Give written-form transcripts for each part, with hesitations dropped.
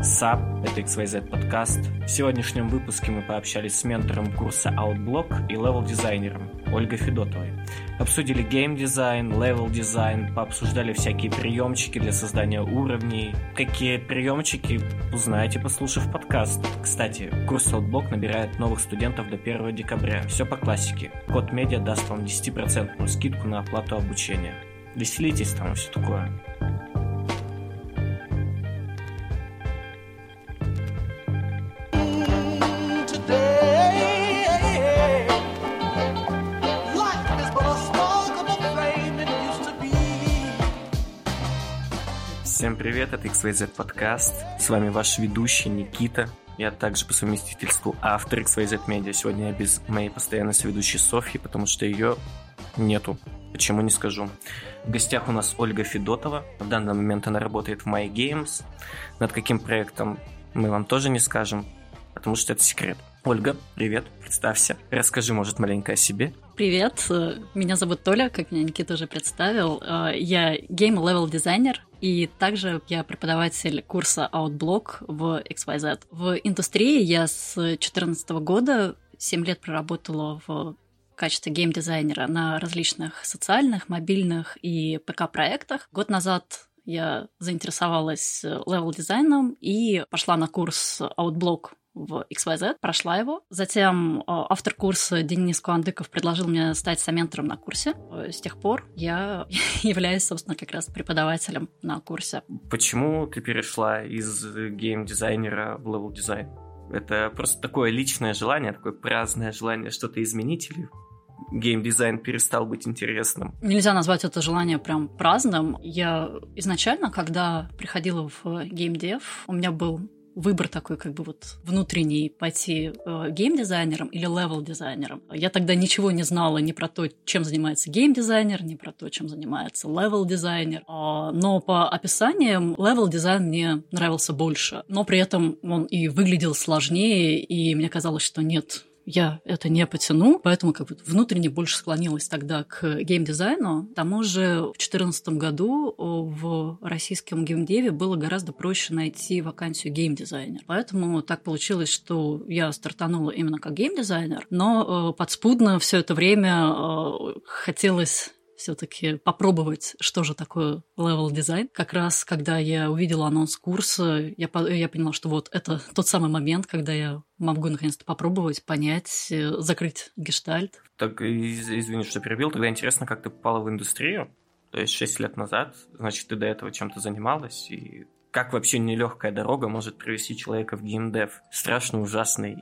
САП, это XYZ подкаст. В сегодняшнем выпуске мы пообщались с ментором курса Outblock и левел-дизайнером Ольгой Федотовой. Обсудили гейм-дизайн, левел-дизайн, пообсуждали всякие приемчики для создания уровней. Какие приемчики, узнаете, послушав подкаст. Кстати, курс Outblock набирает новых студентов до 1 декабря. Все по классике. Код Медиа даст вам 10% скидку на оплату обучения. Веселитесь там и все такое. Всем привет, это XYZ подкаст. С вами ваш ведущий Никита. Я также по совместительству автор XYZ Media. Сегодня я без моей постоянной соведущей Софьи, потому что ее нету. Почему, не скажу. В гостях у нас Ольга Федотова. В данный момент она работает в MyGames. Над каким проектом мы вам тоже не скажем, потому что это секрет. Ольга, привет, представься. Расскажи, может, маленько о себе. Привет, меня зовут Толя, как меня Никита уже представил. Я гейм-левел-дизайнер, и также я преподаватель курса Outblock в XYZ. В индустрии я с 2014 года 7 лет проработала в качестве гейм-дизайнера на различных социальных, мобильных и ПК-проектах. Год назад я заинтересовалась левел-дизайном и пошла на курс Outblock в XYZ, прошла его. Затем автор курса Денис Куандыков предложил мне стать соментором на курсе. С тех пор я являюсь, собственно, как раз преподавателем на курсе. Почему ты перешла из гейм-дизайнера в левел-дизайн? Это просто такое личное желание, такое праздное желание что-то изменить, или гейм-дизайн перестал быть интересным? Нельзя назвать это желание прям праздным. Я изначально, когда приходила в геймдев, у меня был выбор такой, как бы вот внутренний, пойти гейм-дизайнером или левел-дизайнером. Я тогда ничего не знала ни про то, чем занимается гейм-дизайнер, ни про то, чем занимается левел-дизайнер. Но по описаниям левел-дизайн мне нравился больше. Но при этом он и выглядел сложнее, и мне казалось, что нет, я это не потяну, поэтому как бы внутренне больше склонилась тогда к геймдизайну. К тому же в 2014 году в российском геймдеве было гораздо проще найти вакансию геймдизайнера. Поэтому так получилось, что я стартанула именно как геймдизайнер, но подспудно все это время хотелось все-таки попробовать, что же такое левел-дизайн. Как раз, когда я увидела анонс курса, я поняла, что вот это тот самый момент, когда я могу наконец-то попробовать, понять, закрыть гештальт. Так, извини, что перебил. Тогда интересно, как ты попала в индустрию? То есть 6 лет назад, значит, ты до этого чем-то занималась, и как вообще нелегкая дорога может привести человека в геймдев? Страшный, ужасный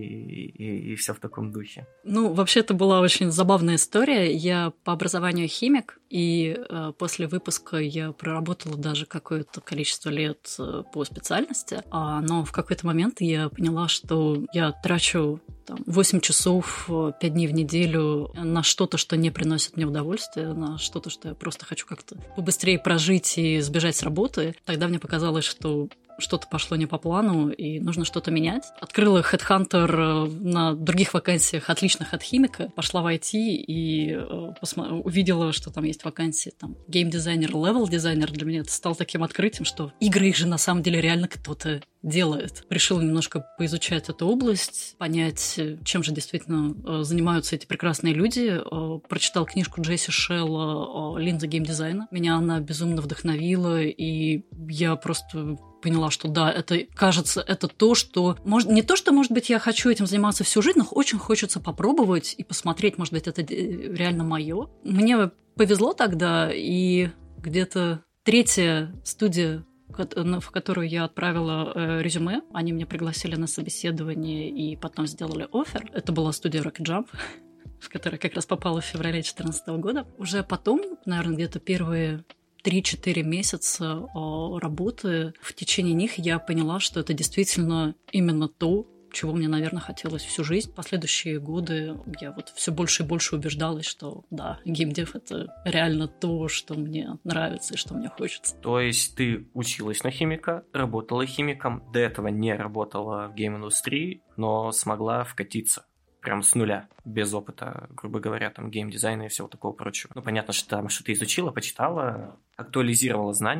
и все в таком духе. Ну, вообще, это была очень забавная история. Я по образованию химик, и после выпуска я проработала даже какое-то количество лет по специальности, но в какой-то момент я поняла, что я трачу 8 часов 5 дней в неделю на что-то, что не приносит мне удовольствия, на что-то, что я просто хочу как-то побыстрее прожить и сбежать с работы. Тогда мне показалось, что что-то пошло не по плану, и нужно что-то менять. Открыла HeadHunter на других вакансиях, отличных от химика. Пошла в IT и увидела, что там есть вакансии гейм-дизайнер, левел-дизайнер. Для меня это стало таким открытием, что игры их же на самом деле реально кто-то делает. Решила немножко поизучать эту область, понять, чем же действительно занимаются эти прекрасные люди. Прочитал книжку Джесси Шелла «Линза геймдизайна». Меня она безумно вдохновила, и я просто поняла, что да, это, кажется, это то, что... не то, что, может быть, я хочу этим заниматься всю жизнь, но очень хочется попробовать и посмотреть, может быть, это реально мое. Мне повезло тогда, и где-то третья студия, в которую я отправила резюме, они меня пригласили на собеседование и потом сделали оффер. Это была студия Rocket Jump, в которую как раз попала в феврале 2014 года. Уже потом, наверное, где-то первые 3-4 месяца работы, в течение них я поняла, что это действительно именно то, чего мне, наверное, хотелось всю жизнь. Последующие годы я вот все больше и больше убеждалась, что да, геймдев — это реально то, что мне нравится и что мне хочется. То есть ты училась на химика, работала химиком, до этого не работала в гейм-индустрии, но смогла вкатиться прям с нуля, без опыта, грубо говоря, гейм-дизайна и всего такого прочего. Ну, понятно, что там что-то изучила, почитала, актуализировала знания,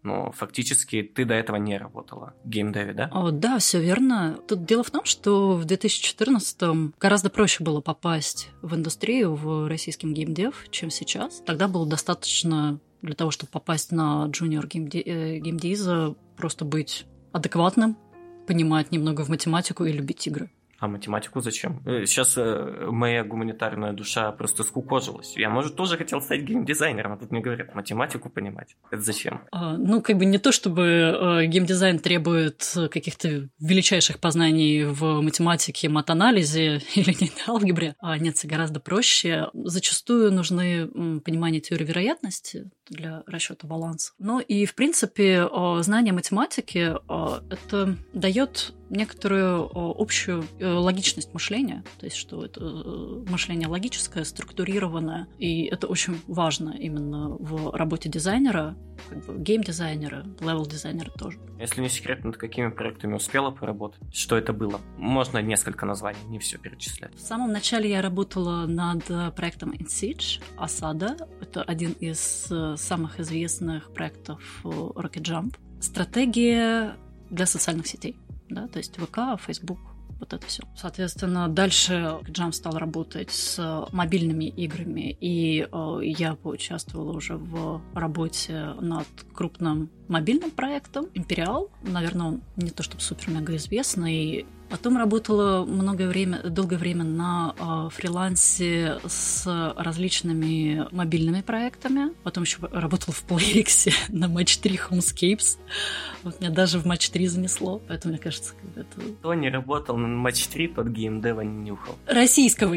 но фактически ты до этого не работала в геймдеве, да? Да, все верно. Тут дело в том, что в 2014-м гораздо проще было попасть в индустрию, в российский геймдев, чем сейчас. Тогда было достаточно для того, чтобы попасть на джуниор геймдиза, просто быть адекватным, понимать немного в математику и любить игры. А математику зачем? Сейчас моя гуманитарная душа просто скукожилась. Я, может, тоже хотел стать геймдизайнером, а тут мне говорят, математику понимать. Это зачем? Не то, чтобы геймдизайн требует каких-то величайших познаний в математике, мат-анализе или алгебре. Нет, все гораздо проще. Зачастую нужны понимание теории вероятности для расчета баланса. Но и, в принципе, знание математики это дает некоторую общую логичность мышления, то есть что это мышление логическое, структурированное, и это очень важно именно в работе дизайнера, как бы гейм-дизайнера, левел-дизайнера тоже. Если не секрет, над какими проектами успела поработать? Что это было? Можно несколько названий, не все перечислять. В самом начале я работала над проектом InSiege, Осада. Это один из самых известных проектов Rocket Jump. Стратегия для социальных сетей. Да, то есть ВК, Facebook, вот это все. Соответственно, дальше Jump стал работать с мобильными играми, и я поучаствовала уже в работе над крупным мобильным проектом Imperial. Наверное, он не то чтобы супер-мега известный. Потом работала долгое время на фрилансе с различными мобильными проектами. Потом еще работала в Playrix на Match 3 Homescapes. Вот меня даже в Match 3 занесло. Поэтому, мне кажется, это... Кто не работал на Match 3, тот геймдева не нюхал. Российского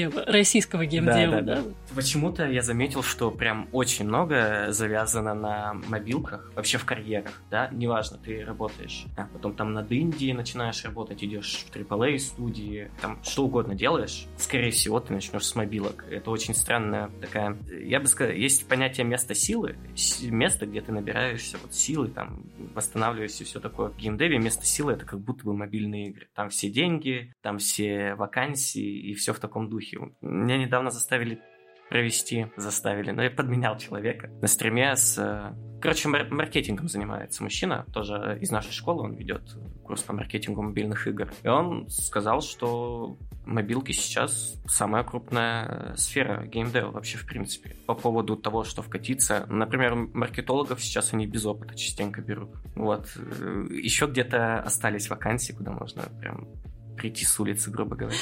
геймдева, да? Почему-то я заметил, что прям очень много завязано на мобилках, вообще в карьерах, да? Неважно, ты работаешь, а потом там над Индией начинаешь работать, идешь в AAA студии, там что угодно делаешь, скорее всего, ты начнешь с мобилок. Это очень странная такая... Я бы сказал, есть понятие места силы, место, где ты набираешься вот силы, там, восстанавливаешься и все такое. В геймдеве место силы — это как будто бы мобильные игры. Там все деньги, там все вакансии и все в таком духе. Меня недавно заставили, но я подменял человека на стриме с... Короче, маркетингом занимается мужчина, тоже из нашей школы, он ведет курс по маркетингу мобильных игр. И он сказал, что мобилки сейчас самая крупная сфера геймдева вообще в принципе. По поводу того, что вкатиться. Например, маркетологов сейчас они без опыта частенько берут. Вот. Еще где-то остались вакансии, куда можно прям прийти с улицы, грубо говоря.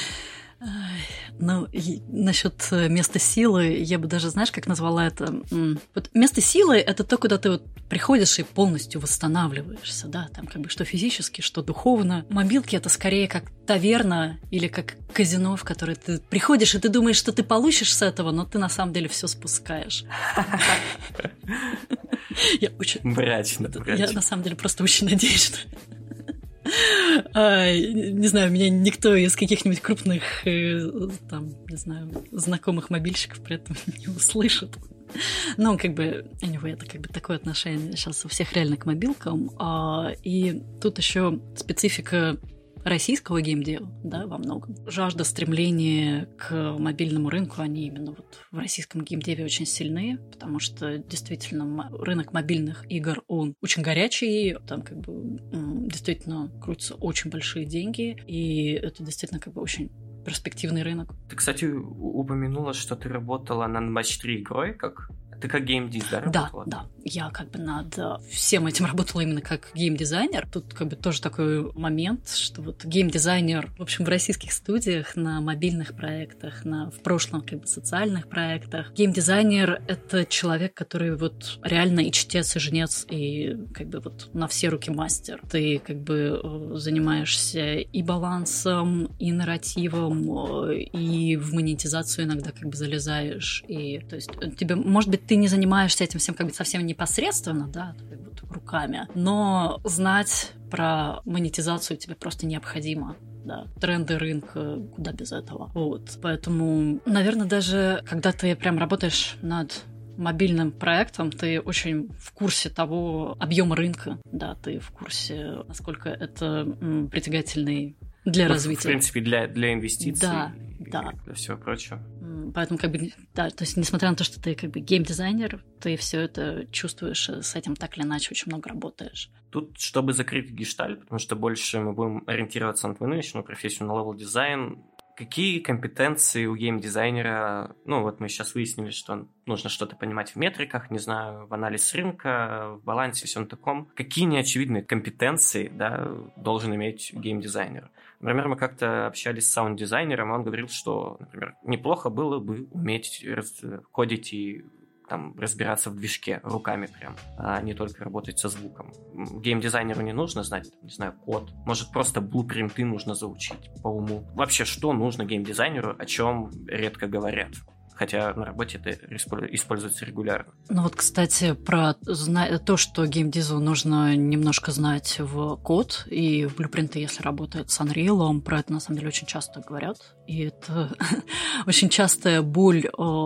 Ну, насчет места силы, я бы даже, знаешь, как назвала это? Вот место силы — это то, куда ты вот приходишь и полностью восстанавливаешься, да, там как бы что физически, что духовно. Мобилки — это скорее как таверна или как казино, в которое ты приходишь, и ты думаешь, что ты получишь с этого, но ты на самом деле все спускаешь. Я очень... Мрачно. Я на самом деле просто очень надеюсь, что... Не знаю, меня никто из каких-нибудь крупных, там, не знаю, знакомых мобильщиков при этом не услышит. Ну, как бы, anyway, это как бы такое отношение сейчас у всех реально к мобилкам. И тут еще специфика российского геймдева, да, во многом. Жажда, стремление к мобильному рынку, они именно вот в российском геймдеве очень сильны, потому что действительно рынок мобильных игр, он очень горячий, там как бы действительно крутятся очень большие деньги, и это действительно как бы очень перспективный рынок. Ты, кстати, упомянула, что ты работала над Match 3 игрой, Ты как геймдиз, да, работала? Да. Я как бы над всем этим работала именно как геймдизайнер. Тут как бы тоже такой момент, что вот геймдизайнер, в общем, в российских студиях, на мобильных проектах, в прошлом как бы социальных проектах. Геймдизайнер — это человек, который вот реально и чтец, и жнец, и как бы вот на все руки мастер. Ты как бы занимаешься и балансом, и нарративом, и в монетизацию иногда как бы залезаешь. И то есть тебе, может быть, ты не занимаешься этим всем как бы совсем непосредственно, да, вот руками, но знать про монетизацию тебе просто необходимо. Да, тренды рынка, куда без этого. Вот. Поэтому, наверное, даже когда ты прям работаешь над мобильным проектом, ты очень в курсе того объема рынка, да, ты в курсе, насколько это притягательный для развития. В принципе, для инвестиций, да. Для всего прочего. Поэтому, как бы, да, то есть, несмотря на то, что ты, как бы, геймдизайнер, ты все это чувствуешь, с этим так или иначе очень много работаешь. Тут, чтобы закрыть гештальт, потому что больше мы будем ориентироваться на твою нынешнюю профессию, на левел-дизайн, какие компетенции у геймдизайнера, ну вот мы сейчас выяснили, что нужно что-то понимать в метриках, не знаю, в анализ рынка, в балансе, всем таком. Какие неочевидные компетенции, да, должен иметь геймдизайнер? Например, мы как-то общались с саунд-дизайнером, и он говорил, что, например, неплохо было бы уметь кодить и там разбираться в движке руками прям, а не только работать со звуком. Геймдизайнеру не нужно знать, не знаю, код. Может, просто блупринты нужно заучить по уму. Вообще, что нужно геймдизайнеру, о чем редко говорят? Хотя на работе это используется регулярно. Ну вот, кстати, про то, что геймдизу нужно немножко знать в код и в блюпринты, если работает с Unreal, про это на самом деле очень часто говорят. И это очень частая боль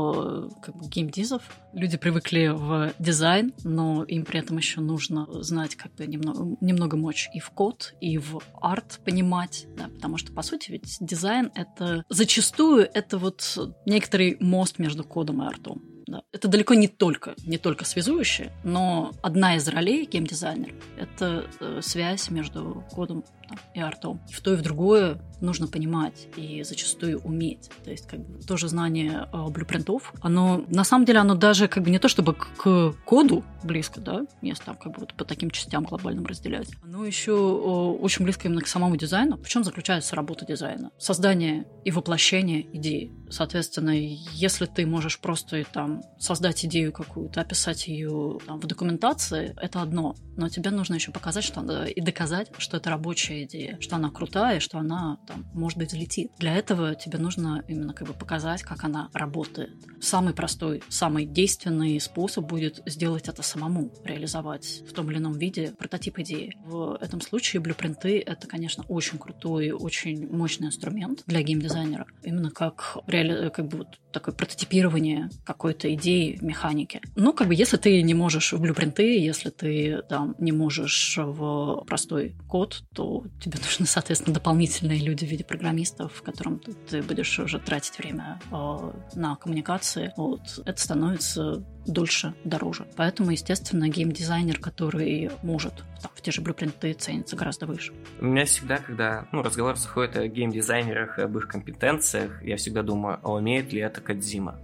как бы, геймдизов. Люди привыкли в дизайн, но им при этом еще нужно знать как бы немного мочь и в код, и в арт понимать, да, потому что, по сути, ведь дизайн — это зачастую это вот некоторый мост между кодом и артом. Да. Это далеко не только связующее, но одна из ролей геймдизайнера — это связь между кодом и артом. И в то, и в другое нужно понимать и зачастую уметь. То есть как бы тоже знание блюпринтов, оно на самом деле оно даже как бы не то чтобы к коду близко, да, если там как бы вот по таким частям глобальным разделять, оно еще очень близко именно к самому дизайну. В чем заключается работа дизайна? Создание и воплощение идеи. Соответственно, если ты можешь просто там создать идею какую-то, описать ее в документации, это одно. Но тебе нужно еще показать, что и доказать, что это рабочая идея, что она крутая, что она там, может быть, взлетит. Для этого тебе нужно именно как бы показать, как она работает. Самый простой, самый действенный способ будет сделать это самому, реализовать в том или ином виде прототип идеи. В этом случае блюпринты — это, конечно, очень крутой, очень мощный инструмент для геймдизайнера. Именно как бы вот такое прототипирование какой-то идеи в механике. Ну, как бы, если ты не можешь в блюпринты, если ты там не можешь в простой код, то тебе нужны, соответственно, дополнительные люди в виде программистов, в котором ты будешь уже тратить время на коммуникации. Вот. Это становится дольше, дороже. Поэтому, естественно, геймдизайнер, который может в те же блюпринты, ценится гораздо выше. У меня всегда, когда разговор заходит о геймдизайнерах, об их компетенциях, я всегда думаю, а умеет ли это Кодзима?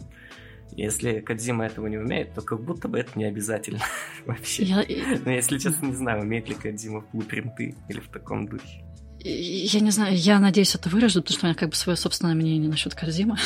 Если Кодзима этого не умеет, то как будто бы это не обязательно вообще. Но если честно, не знаю, умеет ли Кодзима в блупринты или в таком духе. Я не знаю, я надеюсь, это вырежу, потому что у меня как бы свое собственное мнение насчет Кодзимы.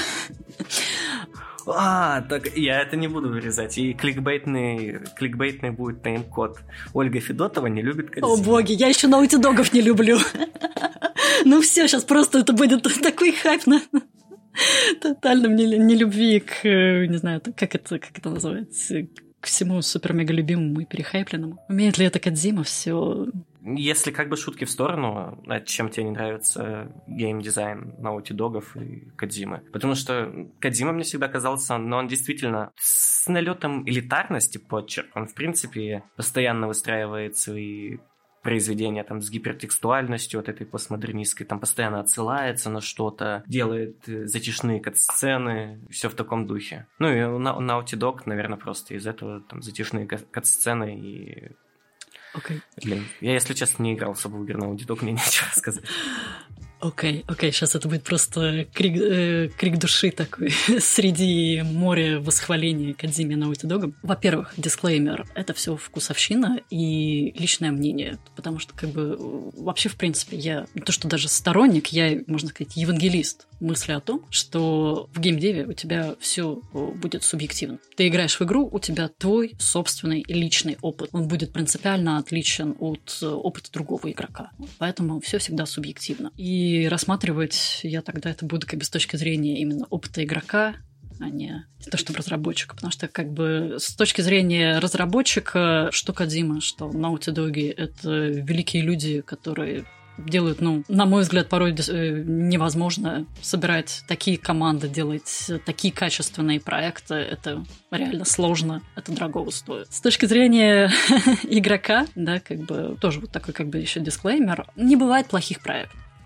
Так я это не буду вырезать. И кликбейтный будет тайм-код. Ольга Федотова не любит Кодзиму. О боги, я еще Naughty Dog'ов не люблю. Ну все, сейчас просто это будет такой хайп на тотальном нелюбви к, не знаю, как это называется, к всему супер-мега-любимому и перехайпленному. Умеет ли это Кодзима? Все. Если как бы шутки в сторону, чем тебе не нравится геймдизайн Naughty Dog'ов и Кодзимы? Потому что Кодзима мне всегда казался, но он действительно с налетом элитарности подчерк. Он, в принципе, постоянно выстраивает свои произведения там с гипертекстуальностью вот этой постмодернистской, там постоянно отсылается на что-то, делает затишные кат-сцены, все в таком духе. Ну и у Naughty Dog, наверное, просто из этого там затишные кат-сцены и... Okay. Блин, я, если честно, не играл особо в игры Naughty Dog, мне нечего сказать. Окей, сейчас это будет просто крик души такой среди моря восхваления Кодзиме Naughty Dog. Во-первых, дисклеймер, это все вкусовщина и личное мнение, потому что как бы вообще, в принципе, я не то что даже сторонник, я, можно сказать, евангелист мысли о том, что в геймдеве у тебя все будет субъективно. Ты играешь в игру, у тебя твой собственный личный опыт. Он будет принципиально отличен от опыта другого игрока. Поэтому все всегда субъективно. И рассматривать я тогда это буду как бы с точки зрения именно опыта игрока, а не то, что разработчика. Потому что как бы с точки зрения разработчика, что Кодзима, что Naughty Dog — это великие люди, которые делают, на мой взгляд, порой невозможно собирать такие команды, делать такие качественные проекты. Это реально сложно, это дорого стоит. С точки зрения игрока, да, как бы тоже вот такой как бы еще дисклеймер, не бывает плохих проектов.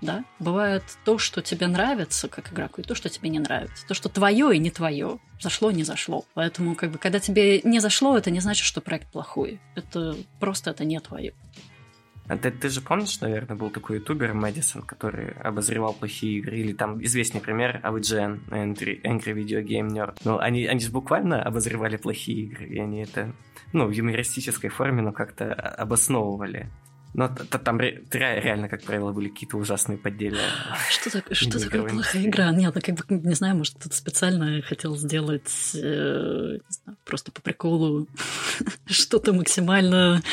да? Бывает то, что тебе нравится как игроку, и то, что тебе не нравится. То, что твое и не твое. Зашло, не зашло. Поэтому, как бы, когда тебе не зашло, это не значит, что проект плохой. Это просто это не твое. А ты же помнишь, наверное, был такой ютубер Мэдисон, который обозревал плохие игры, или там известный пример AVGN, Angry Video Game Nerd. Ну, они же буквально обозревали плохие игры, и они это, в юмористической форме, но как-то обосновывали. Но там реально, как правило, были какие-то ужасные поддельные. Что такое плохая игра? Нет, как бы, не знаю, может, кто-то специально хотел сделать, не знаю, просто по приколу что-то максимально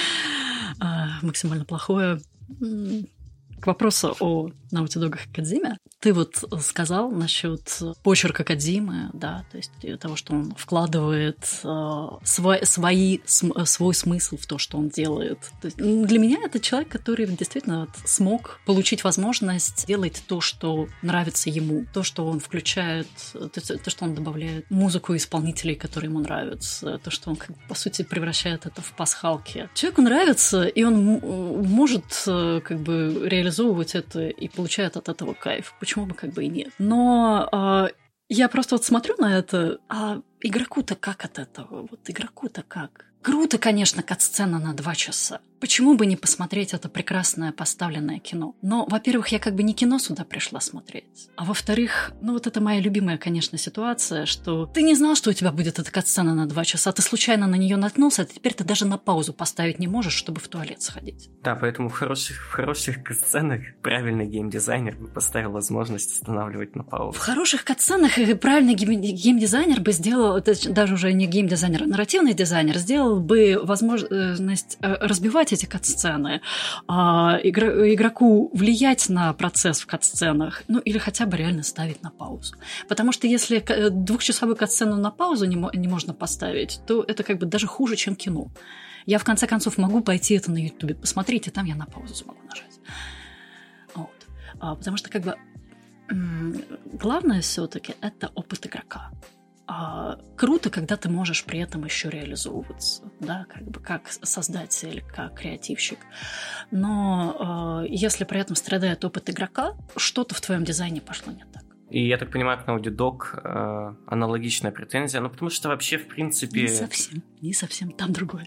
плохое. К вопросу о Naughty Dog и Кодзиме. Ты вот сказал насчет почерка Кодзимы, да, то есть того, что он вкладывает свой смысл в то, что он делает. То есть, для меня это человек, который действительно смог получить возможность делать то, что нравится ему, то, что он включает, то, что он добавляет музыку исполнителей, которые ему нравятся, то, что он, по сути, превращает это в пасхалки. Человеку нравится, и он может реализовывать это и получает от этого кайф. Почему бы и нет? Но я просто вот смотрю на это, а игроку-то как от этого? Вот игроку-то как? Круто, конечно, кат-сцена на 2 часа. Почему бы не посмотреть это прекрасное поставленное кино? Но, во-первых, я не кино сюда пришла смотреть. А во-вторых, вот это моя любимая, конечно, ситуация, что ты не знал, что у тебя будет эта кат-сцена на 2 часа, ты случайно на нее наткнулся, а теперь ты даже на паузу поставить не можешь, чтобы в туалет сходить. Да, поэтому в хороших кат-сценах правильный геймдизайнер бы поставил возможность останавливать на паузу. В хороших кат-сценах правильный геймдизайнер бы сделал, даже уже не геймдизайнер, а нарративный дизайнер сделал бы возможность разбивать эти кат-сцены, игроку влиять на процесс в кат-сценах, или хотя бы реально ставить на паузу. Потому что если 2-часовую кат-сцену на паузу не можно поставить, то это даже хуже, чем кино. Я, в конце концов, могу пойти это на Ютубе посмотреть, и там я на паузу смогу нажать. Вот. Потому что главное все-таки это опыт игрока. Круто, когда ты можешь при этом еще реализовываться, да, как создатель, как креативщик. Но если при этом страдает опыт игрока, что-то в твоем дизайне пошло не так. И я так понимаю, к Naughty Dog аналогичная претензия, потому что вообще, в принципе... Не совсем, там другое.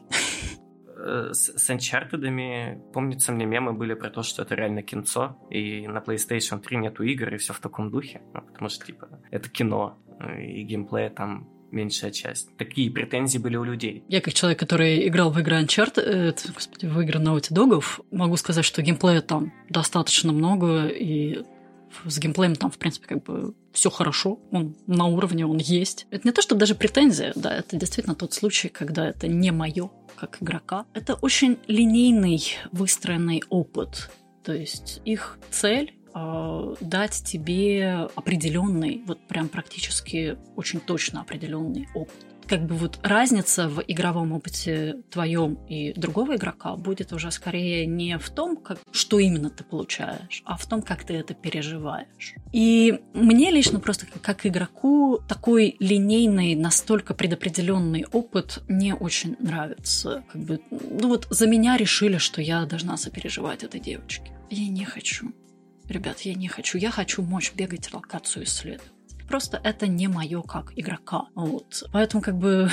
С Uncharted'ами, помнится, мне мемы были про то, что это реально кинцо, и на PlayStation 3 нету игр, и все в таком духе, потому что, это кино, и геймплея там меньшая часть. Такие претензии были у людей. Я, как человек, который играл в игры Uncharted, в игры Naughty Dog'ов, могу сказать, что геймплея там достаточно много, и с геймплеем там, в принципе, все хорошо, он на уровне, он есть. Это не то, что даже претензия, да, это действительно тот случай, когда это не мое как игрока. Это очень линейный выстроенный опыт. То есть их цель дать тебе определенный, прям практически очень точно определенный опыт. Разница в игровом опыте твоем и другого игрока будет уже скорее не в том, что именно ты получаешь, а в том, как ты это переживаешь. И мне лично просто как игроку такой линейный, настолько предопределенный опыт не очень нравится. За меня решили, что я должна сопереживать этой девочке. Я не хочу. Ребят, я не хочу. Я хочу мочь бегать, локацию исследовать. Просто это не мое как игрока. Вот. Поэтому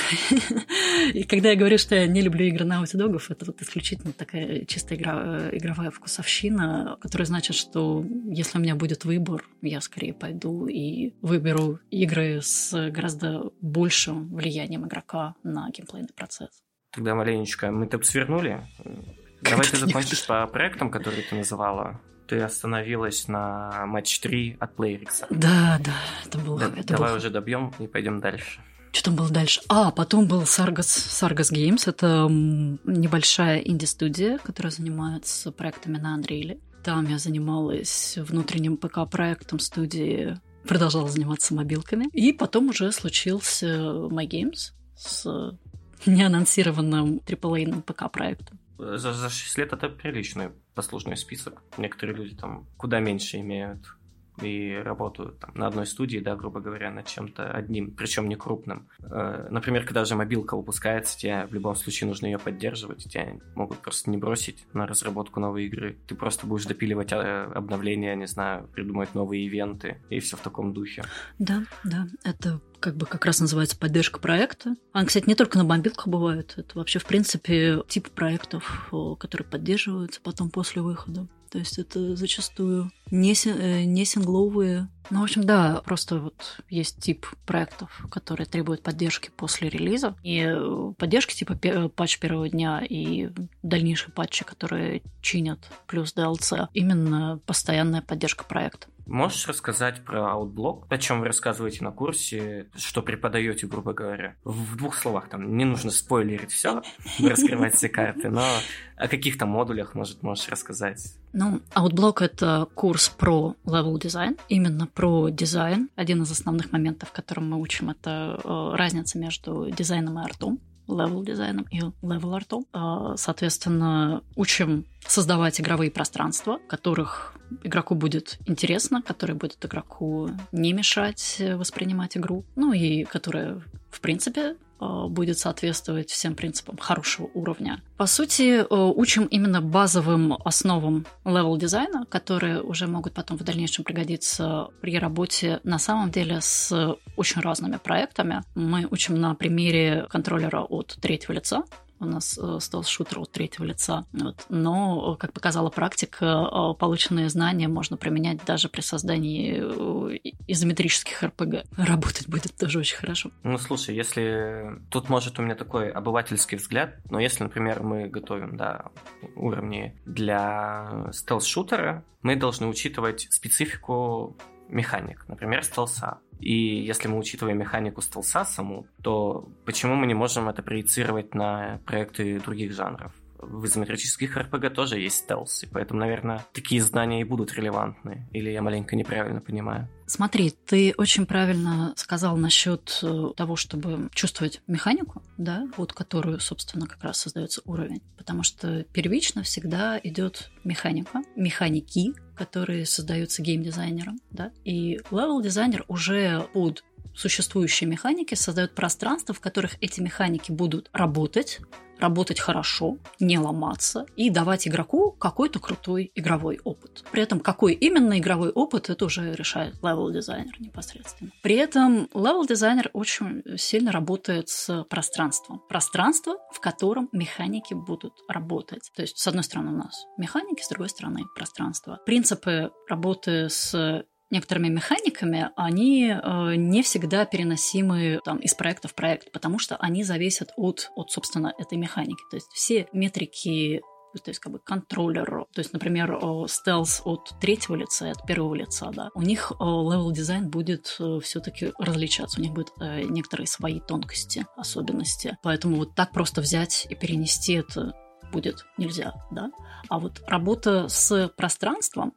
и когда я говорю, что я не люблю игры Naughty Dog'ов, это исключительно такая чисто игровая вкусовщина, которая значит, что если у меня будет выбор, я скорее пойду и выберу игры с гораздо большим влиянием игрока на геймплейный процесс. Тогда маленечко мы тут свернули. Давай ты закончишь по проектам, которые ты называла. Ты остановилась на матч 3 от PlayRix. Да, это было... Давай уже добьем и пойдем дальше. Что там было дальше? Потом был Sargas Games. Это небольшая инди-студия, которая занимается проектами на Unreal. Там я занималась внутренним ПК-проектом студии, продолжала заниматься мобилками. И потом уже случился My Games с неанонсированным AAA-ным ПК-проектом. За 6 лет это приличный послужной список. Некоторые люди там куда меньше имеют и работаю там на одной студии, да, грубо говоря, над чем-то одним, причем не крупным. Например, когда же мобилка выпускается, тебе в любом случае нужно ее поддерживать, тебя могут просто не бросить на разработку новой игры. Ты просто будешь допиливать обновления, не знаю, придумать новые ивенты и все в таком духе. Да, это как раз называется поддержка проекта. Она, кстати, не только на мобилках бывает. Это вообще, в принципе, тип проектов, которые поддерживаются потом после выхода. То есть это зачастую не сингловые. Ну, в общем, да, просто вот есть тип проектов, которые требуют поддержки после релиза. И поддержки типа патч первого дня и дальнейшие патчи, которые чинят, плюс DLC. Именно постоянная поддержка проекта. Можешь рассказать про Outblock? О чем вы рассказываете на курсе, что преподаете, грубо говоря? В 2 словах, там не нужно спойлерить все, раскрывать все карты, но о каких-то модулях, может, можешь рассказать? Ну, Outblock — это курс про level design, именно про дизайн. Один из основных моментов, которым мы учим, это разница между дизайном и артом. Level дизайном и level артом. Соответственно, учим создавать игровые пространства, в которых игроку будет интересно, которые будут игроку не мешать воспринимать игру, ну и которые, в принципе, будет соответствовать всем принципам хорошего уровня. По сути, учим именно базовым основам левел-дизайна, которые уже могут потом в дальнейшем пригодиться при работе на самом деле с очень разными проектами. Мы учим на примере контроллера от третьего лица. У нас стелс-шутер от третьего лица. Вот. Но, как показала практика, полученные знания можно применять даже при создании изометрических РПГ. Работать будет тоже очень хорошо. Ну, слушай, если... Тут, может, у меня такой обывательский взгляд, но если, например, мы готовим, да, уровни для стелс-шутера, мы должны учитывать специфику механик, например, стелса. И если мы учитываем механику стелса саму, то почему мы не можем это проецировать на проекты других жанров? В изометрических RPG тоже есть стелс, и поэтому, наверное, такие знания и будут релевантны. Или я маленько неправильно понимаю? Смотри, ты очень правильно сказал насчет того, чтобы чувствовать механику, да, под которую, собственно, как раз создается уровень. Потому что первично всегда идет механика, механики, которые создаются геймдизайнером, да, и левел-дизайнер уже под существующие механики создает пространства, в которых эти механики будут работать хорошо, не ломаться и давать игроку какой-то крутой игровой опыт. При этом какой именно игровой опыт, это уже решает левел-дизайнер непосредственно. При этом левел-дизайнер очень сильно работает с пространством. Пространство, в котором механики будут работать. То есть, с одной стороны, у нас механики, с другой стороны, пространство. Принципы работы с некоторыми механиками, они не всегда переносимы там, из проекта в проект, потому что они зависят от, собственно, этой механики. То есть все метрики, то есть как бы контроллер, то есть, например, стелс от третьего лица и от первого лица, да, у них левел-дизайн будет все-таки различаться, у них будут некоторые свои тонкости, особенности. Поэтому вот так просто взять и перенести это будет нельзя, да. А вот работа с пространством,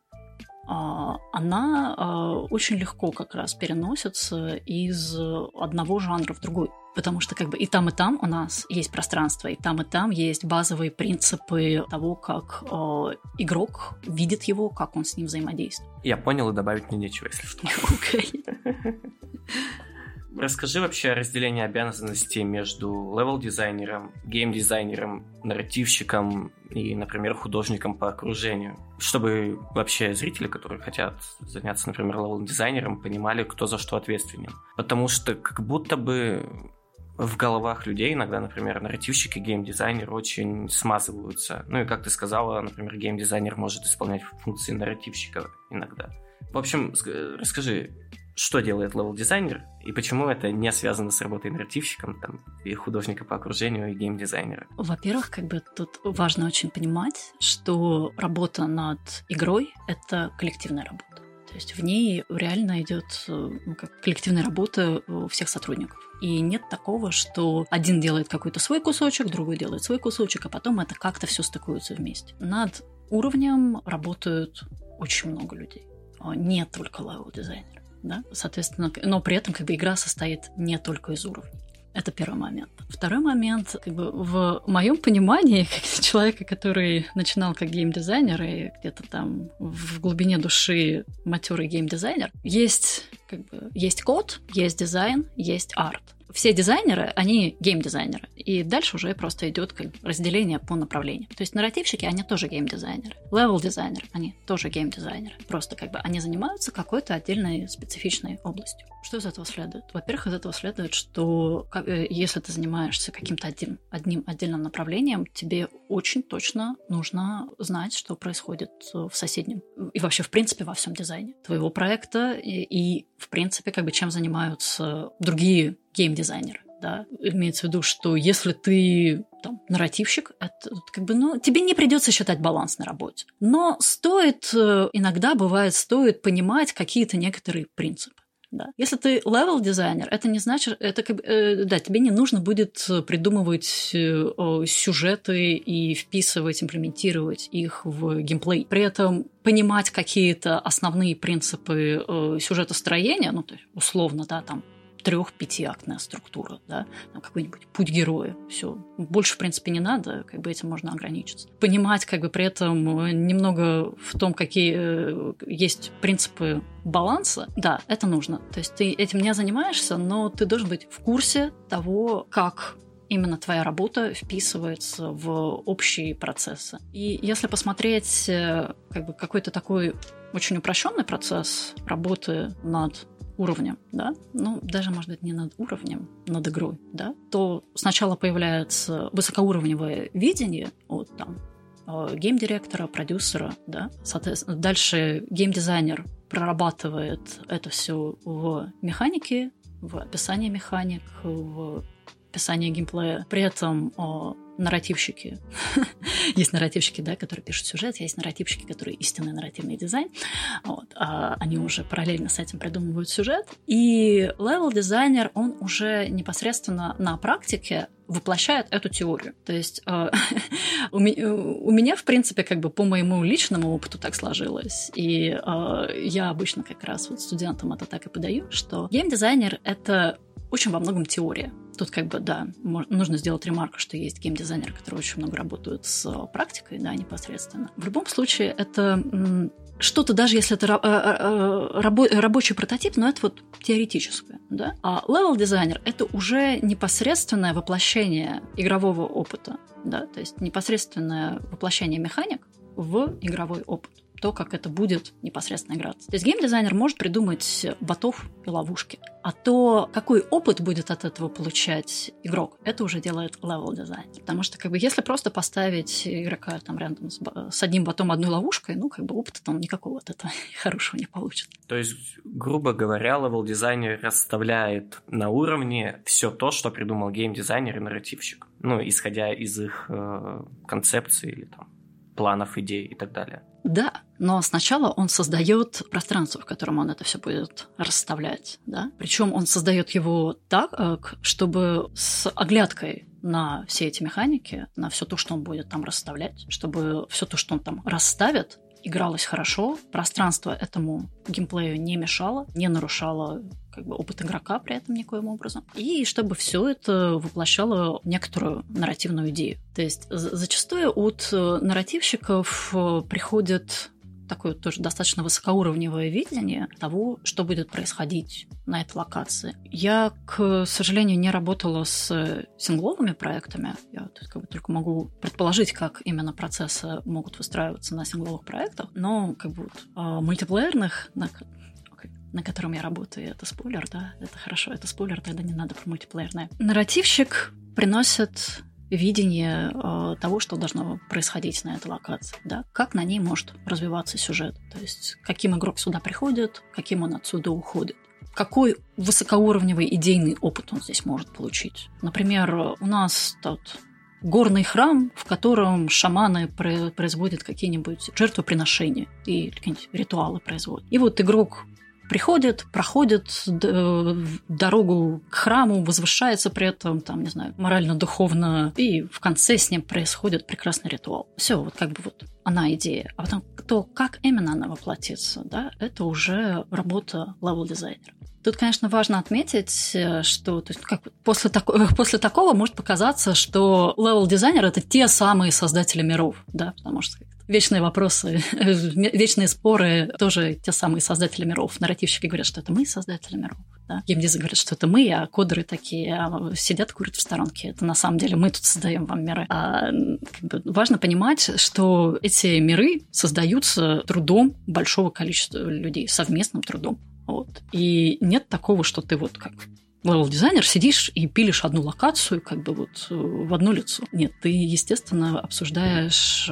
она очень легко как раз переносится из одного жанра в другой. Потому что как бы и там у нас есть пространство, и там есть базовые принципы того, как игрок видит его, как он с ним взаимодействует. Я понял, и добавить мне нечего, если что. Расскажи вообще о разделении обязанностей между левел-дизайнером, гейм-дизайнером, нарративщиком и, например, художником по окружению. Чтобы вообще зрители, которые хотят заняться, например, левел-дизайнером, понимали, кто за что ответственен. Потому что как будто бы в головах людей иногда, например, нарративщик и гейм-дизайнер очень смазываются. Ну и, как ты сказала, например, гейм-дизайнер может исполнять функции нарративщика иногда. В общем, расскажи, что делает левел-дизайнер и почему это не связано с работой нарративщиком, там, и художника по окружению, и гейм-дизайнера? Во-первых, как бы тут важно очень понимать, что работа над игрой — это коллективная работа. То есть в ней реально идет коллективная работа всех сотрудников. И нет такого, что один делает какой-то свой кусочек, другой делает свой кусочек, а потом это как-то все стыкуется вместе. Над уровнем работают очень много людей. Не только левел-дизайнеры. Да? Соответственно, но при этом как бы игра состоит не только из уровней. Это первый момент. Второй момент, как бы в моем понимании, как человека, который начинал как геймдизайнер и где-то там в глубине души матерый геймдизайнер, есть код, есть дизайн, есть арт. Все дизайнеры, они геймдизайнеры. И дальше уже просто идет как бы разделение по направлениям. То есть нарративщики, они тоже геймдизайнеры. Левел-дизайнеры, они тоже геймдизайнеры. Просто как бы они занимаются какой-то отдельной специфичной областью. Что из этого следует? Во-первых, из этого следует, что если ты занимаешься каким-то одним отдельным направлением, тебе очень точно нужно знать, что происходит в соседнем. И вообще, в принципе, во всем дизайне твоего проекта. И в принципе, как бы чем занимаются другие геймдизайнеры. Да? Имеется в виду, что если ты там, нарративщик, это как бы, тебе не придется считать баланс на работе. Но иногда стоит понимать какие-то некоторые принципы. Да. Если ты левел-дизайнер, это не значит, тебе не нужно будет придумывать сюжеты и вписывать, имплементировать их в геймплей. При этом понимать какие-то основные принципы сюжетостроения, то есть условно, да, там 3-5-актная структура, да, какой-нибудь путь героя. Все. Больше, в принципе, не надо, как бы этим можно ограничиться. Понимать, как бы при этом немного в том, какие есть принципы баланса, да, это нужно. То есть ты этим не занимаешься, но ты должен быть в курсе того, как именно твоя работа вписывается в общие процессы. И если посмотреть как бы какой-то такой очень упрощенный процесс работы над уровнем, да, даже, может быть, не над уровнем, над игрой, да, то сначала появляется высокоуровневое видение от гейм-директора, продюсера, да, соответственно, дальше гейм-дизайнер прорабатывает это все в механике, в описании механик, в описании геймплея. При этом нарративщики. Есть нарративщики, да, которые пишут сюжет, есть нарративщики, которые истинный нарративный дизайн. Они уже параллельно с этим придумывают сюжет. И левел-дизайнер, он уже непосредственно на практике воплощает эту теорию. То есть у меня, в принципе, как бы по моему личному опыту так сложилось. И я обычно как раз вот студентам это так и подаю, что геймдизайнер — это очень во многом теория. Тут как бы, да, нужно сделать ремарку, что есть геймдизайнеры, которые очень много работают с практикой, да, непосредственно. В любом случае, это что-то, даже если это рабочий прототип, но это вот теоретическое, да. А левел-дизайнер — это уже непосредственное воплощение игрового опыта, да, то есть непосредственное воплощение механик в игровой опыт. То, как это будет непосредственно играться. То есть геймдизайнер может придумать ботов и ловушки, а то, какой опыт будет от этого получать игрок, это уже делает левел-дизайнер. Потому что, как бы, если просто поставить игрока там рядом с одним ботом, одной ловушкой, как бы опыта там никакого от этого хорошего не получится. То есть, грубо говоря, левел-дизайнер расставляет на уровне все то, что придумал геймдизайнер и нарративщик. Исходя из их концепций или там планов, идей и так далее. Да, но сначала он создает пространство, в котором он это все будет расставлять, да. Причем он создает его так, чтобы с оглядкой на все эти механики, на все то, что он будет там расставлять, чтобы все то, что он там расставит, игралось хорошо, пространство этому геймплею не мешало, не нарушало как бы опыт игрока при этом никоим образом, и чтобы все это воплощало некоторую нарративную идею. То есть зачастую от нарративщиков приходит такое тоже достаточно высокоуровневое видение того, что будет происходить на этой локации. Я, к сожалению, не работала с сингловыми проектами. Я как бы только могу предположить, как именно процессы могут выстраиваться на сингловых проектах, но как бы мультиплеерных, на котором я работаю, это спойлер, да, это хорошо, это спойлер, тогда не надо про мультиплеерное. Нарративщик приносит видение того, что должно происходить на этой локации, да, как на ней может развиваться сюжет, то есть каким игрок сюда приходит, каким он отсюда уходит, какой высокоуровневый идейный опыт он здесь может получить. Например, у нас тут горный храм, в котором шаманы производят какие-нибудь жертвоприношения и какие-нибудь ритуалы производят. И вот игрок проходит дорогу к храму, возвышается при этом, там, не знаю, морально-духовно, и в конце с ним происходит прекрасный ритуал. Все, вот как бы вот она идея, а потом то, как именно она воплотится, да, это уже работа левел-дизайнера. Тут, конечно, важно отметить, что то есть, как, после такого может показаться, что левел-дизайнеры – это те самые создатели миров, да, потому что вечные вопросы, вечные споры тоже те самые создатели миров. Нарративщики говорят, что это мы создатели миров, да? Геймдизы говорят, что это мы, а кодеры такие сидят, курят в сторонке. Это на самом деле мы тут создаем вам миры. Важно понимать, что эти миры создаются трудом большого количества людей, совместным трудом. Вот. И нет такого, что ты вот как левел-дизайнер сидишь и пилишь одну локацию как бы вот в одно лицо. Нет, ты, естественно, обсуждаешь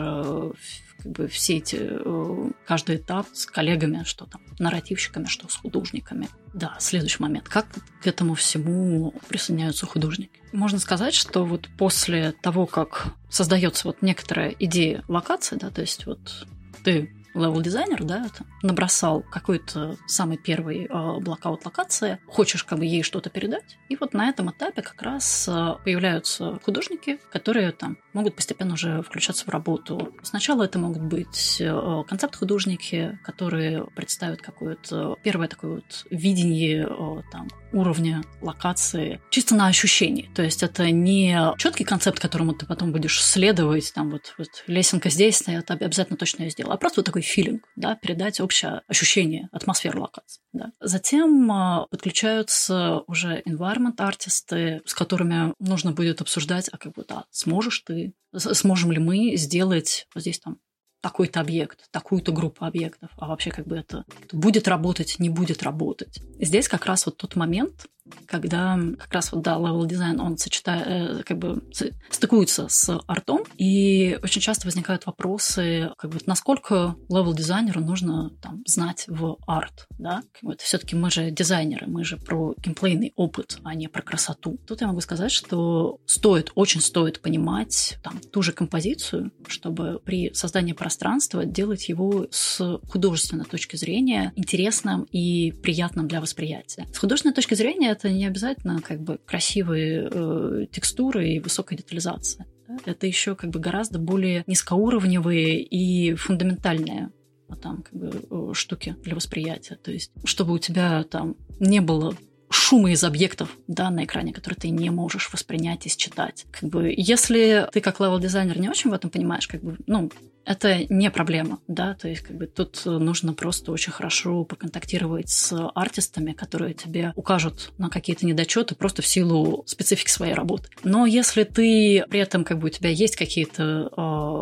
как бы все эти, каждый этап с коллегами, что там, нарративщиками, что с художниками. Да, следующий момент. Как к этому всему присоединяются художники? Можно сказать, что вот после того, как создается вот некоторая идея локации, да, то есть вот ты левел-дизайнер, да, набросал какой-то самый первый блокаут локации, хочешь как бы ей что-то передать, и вот на этом этапе как раз появляются художники, которые там могут постепенно уже включаться в работу. Сначала это могут быть концепт-художники, которые представят какое-то первое такое вот видение там уровня локации чисто на ощущении. То есть это не четкий концепт, которому ты потом будешь следовать, там вот лесенка здесь, я обязательно точно ее сделаю, а просто вот такой филинг, да, передать общее ощущение, атмосферу локации. Да. Затем подключаются уже environment-артисты, с которыми нужно будет обсуждать, а как бы, да, сможем ли мы сделать вот здесь там такой-то объект, такую-то группу объектов, а вообще как бы это будет работать, не будет работать. И здесь как раз вот тот момент, когда как раз вот, да, левел-дизайн, он как бы стыкуется с артом, и очень часто возникают вопросы, как бы, насколько левел-дизайнеру нужно там знать в арт, да? Все-таки мы же дизайнеры, мы же про геймплейный опыт, а не про красоту. Тут я могу сказать, что очень стоит понимать там ту же композицию, чтобы при создании пространства делать его с художественной точки зрения интересным и приятным для восприятия. С художественной точки зрения это не обязательно как бы красивые текстуры и высокая детализация. Да? Это еще как бы гораздо более низкоуровневые и фундаментальные там, как бы, штуки для восприятия. То есть, чтобы у тебя там не было шума из объектов, да, на экране, который ты не можешь воспринять и считать. Как бы, если ты как левел-дизайнер не очень в этом понимаешь, как бы, это не проблема, да, то есть как бы тут нужно просто очень хорошо поконтактировать с артистами, которые тебе укажут на какие-то недочеты просто в силу специфики своей работы. Но если ты при этом как бы у тебя есть какие-то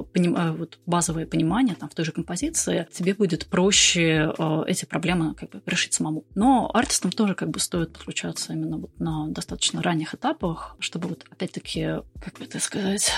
вот базовые понимания там в той же композиции, тебе будет проще эти проблемы как бы решить самому. Но артистам тоже как бы стоит подключаться именно вот на достаточно ранних этапах, чтобы вот опять-таки, как бы это сказать...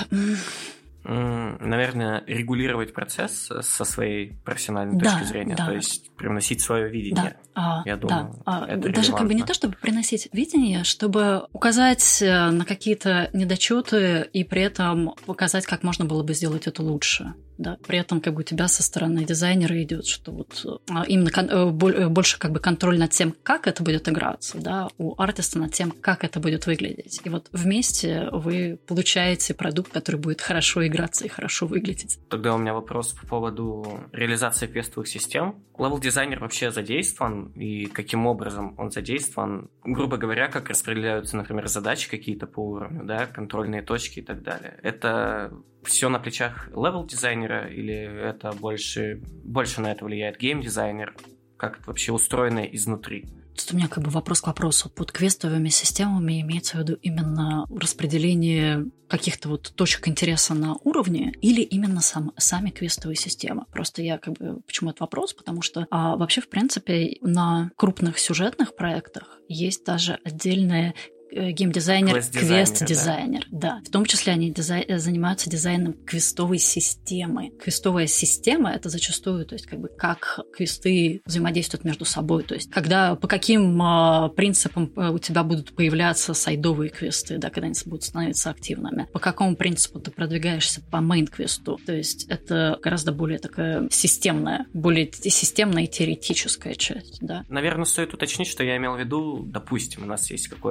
Наверное, регулировать процесс со своей профессиональной точки зрения, то есть привносить свое видение. Я думаю, это даже как бы не то, чтобы приносить видение, чтобы указать на какие-то недочеты и при этом показать, как можно было бы сделать это лучше. Да? При этом как бы у тебя со стороны дизайнера идет, что вот именно больше как бы контроль над тем, как это будет играться, да, у артиста над тем, как это будет выглядеть. И вот вместе вы получаете продукт, который будет хорошо играться и хорошо выглядеть. Тогда у меня вопрос по поводу реализации квестовых систем. Левел-дизайнер вообще задействован, и каким образом он задействован? Грубо говоря, как распределяются, например, задачи какие-то по уровню, да, контрольные точки и так далее. Это все на плечах левел-дизайнера или это больше на это влияет гейм-дизайнер? Как это вообще устроено изнутри? Тут у меня как бы вопрос к вопросу. Под квестовыми системами имеется в виду именно распределение каких-то вот точек интереса на уровне или именно сами квестовые системы? Просто я как бы... Почему этот вопрос? Потому что вообще, в принципе, на крупных сюжетных проектах есть даже отдельные геймдизайнер, квест-дизайнер. Да. В том числе они занимаются дизайном квестовой системы. Квестовая система — это зачастую, то есть как бы как квесты взаимодействуют между собой. То есть по каким принципам у тебя будут появляться сайдовые квесты, да, когда они будут становиться активными. По какому принципу ты продвигаешься по мейн-квесту. То есть это гораздо более такая системная и теоретическая часть. Да. Наверное, стоит уточнить, что я имел в виду, допустим, у нас есть какое-то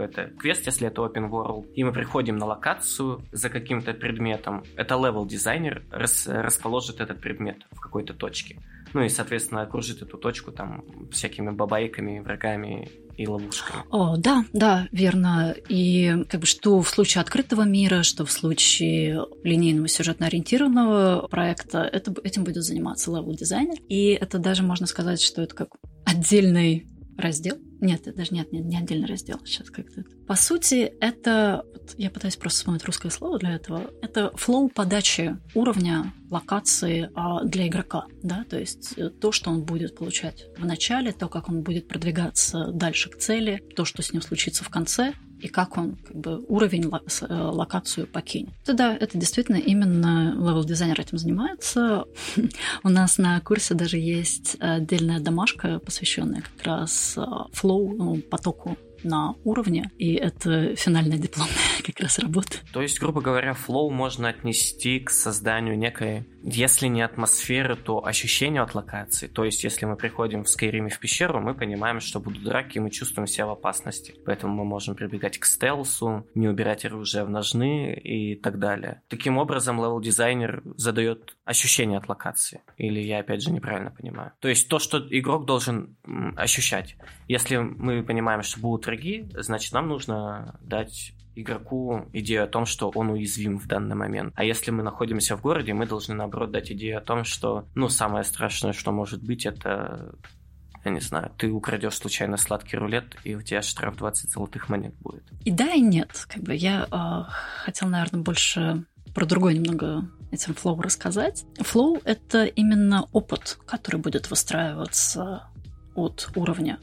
квест, если это open world, и мы приходим на локацию за каким-то предметом, это левел-дизайнер расположит этот предмет в какой-то точке. Ну и, соответственно, окружит эту точку там всякими бабайками, врагами и ловушками. О, да, верно. И как бы что в случае открытого мира, что в случае линейного сюжетно-ориентированного проекта, этим будет заниматься левел-дизайнер. И это даже можно сказать, что это как отдельный раздел. Нет, это даже не отдельный раздел. Сейчас как-то. По сути, это... Я пытаюсь просто вспомнить русское слово для этого. Это флоу подачи уровня, локации для игрока. Да? То есть то, что он будет получать в начале, то, как он будет продвигаться дальше к цели, то, что с ним случится в конце, и как он как бы уровень, локацию покинет. Да, это действительно именно левел-дизайнер этим занимается. У нас на курсе даже есть отдельная домашка, посвященная как раз флоу, потоку на уровне, и это финальная дипломная как раз работа. То есть, грубо говоря, флоу можно отнести к созданию некой, если не атмосферы, то ощущению от локации. То есть, если мы приходим в Skyrim в пещеру, мы понимаем, что будут драки, и мы чувствуем себя в опасности. Поэтому мы можем прибегать к стелсу, не убирать оружие в ножны и так далее. Таким образом, левел-дизайнер задает ощущение от локации. Или я, опять же, неправильно понимаю. То есть, то, что игрок должен ощущать. Если мы понимаем, что будут враги, значит, нам нужно дать игроку идею о том, что он уязвим в данный момент. А если мы находимся в городе, мы должны, наоборот, дать идею о том, что, самое страшное, что может быть, это, я не знаю, ты украдешь случайно сладкий рулет, и у тебя штраф 20 золотых монет будет. И да, и нет. Как бы я хотела, наверное, больше про другое немного этим флоу рассказать. Флоу — это именно опыт, который будет выстраиваться от уровня,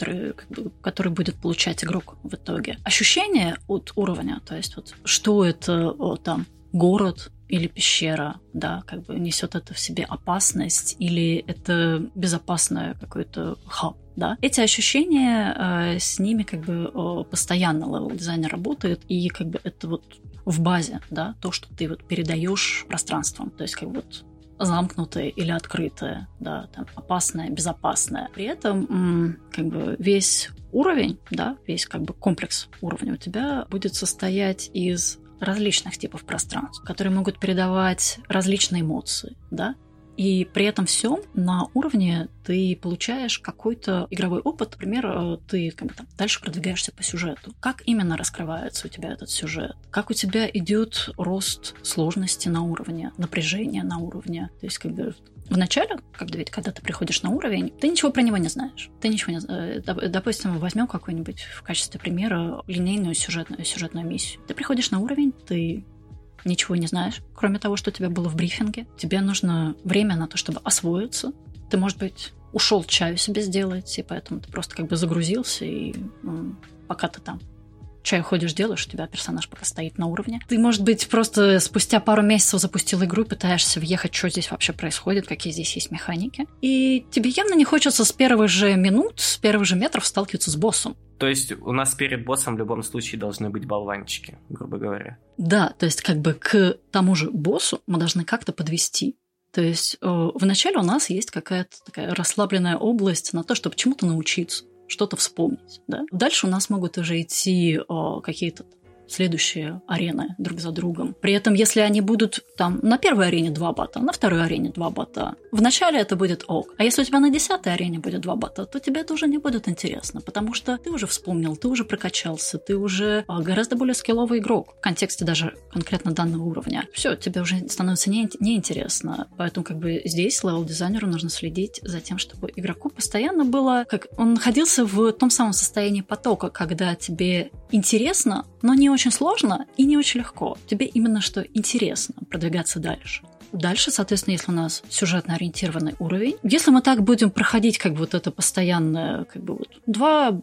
который будет получать игрок в итоге. Ощущение от уровня, то есть вот что это там город или пещера, да, как бы несет это в себе опасность или это безопасное какой-то хаб, да. Эти ощущения, с ними как бы постоянно левел-дизайнер работает, и как бы это вот в базе, да, то, что ты вот передаешь пространством, то есть как бы вот замкнутое или открытое, да, там, опасное, безопасное. При этом как бы весь уровень, да, весь как бы комплекс уровня у тебя будет состоять из различных типов пространств, которые могут передавать различные эмоции, да, и при этом всем на уровне ты получаешь какой-то игровой опыт. Например, ты как бы, там, дальше продвигаешься по сюжету. Как именно раскрывается у тебя этот сюжет? Как у тебя идет рост сложности на уровне, напряжения на уровне? То есть как бы вначале, когда ты приходишь на уровень, ты ничего про него не знаешь. Ты ничего не знаешь. Допустим, возьмем какой-нибудь в качестве примера линейную сюжетную миссию. Ты приходишь на уровень, ты ничего не знаешь, кроме того, что у тебя было в брифинге. Тебе нужно время на то, чтобы освоиться. Ты, может быть, ушел чаю себе сделать, и поэтому ты просто как бы загрузился, и пока ты там чаю ходишь, делаешь, у тебя персонаж пока стоит на уровне. Ты, может быть, просто спустя пару месяцев запустил игру, пытаешься въехать, что здесь вообще происходит, какие здесь есть механики. И тебе явно не хочется с первых же минут, с первых же метров сталкиваться с боссом. То есть у нас перед боссом в любом случае должны быть болванчики, грубо говоря. Да, то есть как бы к тому же боссу мы должны как-то подвести. То есть вначале у нас есть какая-то такая расслабленная область на то, чтобы чему-то научиться, что-то вспомнить. Да? Дальше у нас могут уже идти какие-то следующие арены друг за другом. При этом, если они будут там на первой арене 2 бота, на второй арене 2 бота, вначале это будет ок. А если у тебя на 10-й арене будет 2 бота, то тебе это уже не будет интересно, потому что ты уже вспомнил, ты уже прокачался, ты уже гораздо более скилловый игрок в контексте даже конкретно данного уровня. Все, тебе уже становится неинтересно. Поэтому как бы здесь левел-дизайнеру нужно следить за тем, чтобы игроку постоянно было, как он находился в том самом состоянии потока, когда тебе интересно, но не очень сложно и не очень легко. Тебе именно что интересно продвигаться дальше. Дальше, соответственно, если у нас сюжетно ориентированный уровень, если мы так будем проходить как бы вот это постоянное, как бы вот 2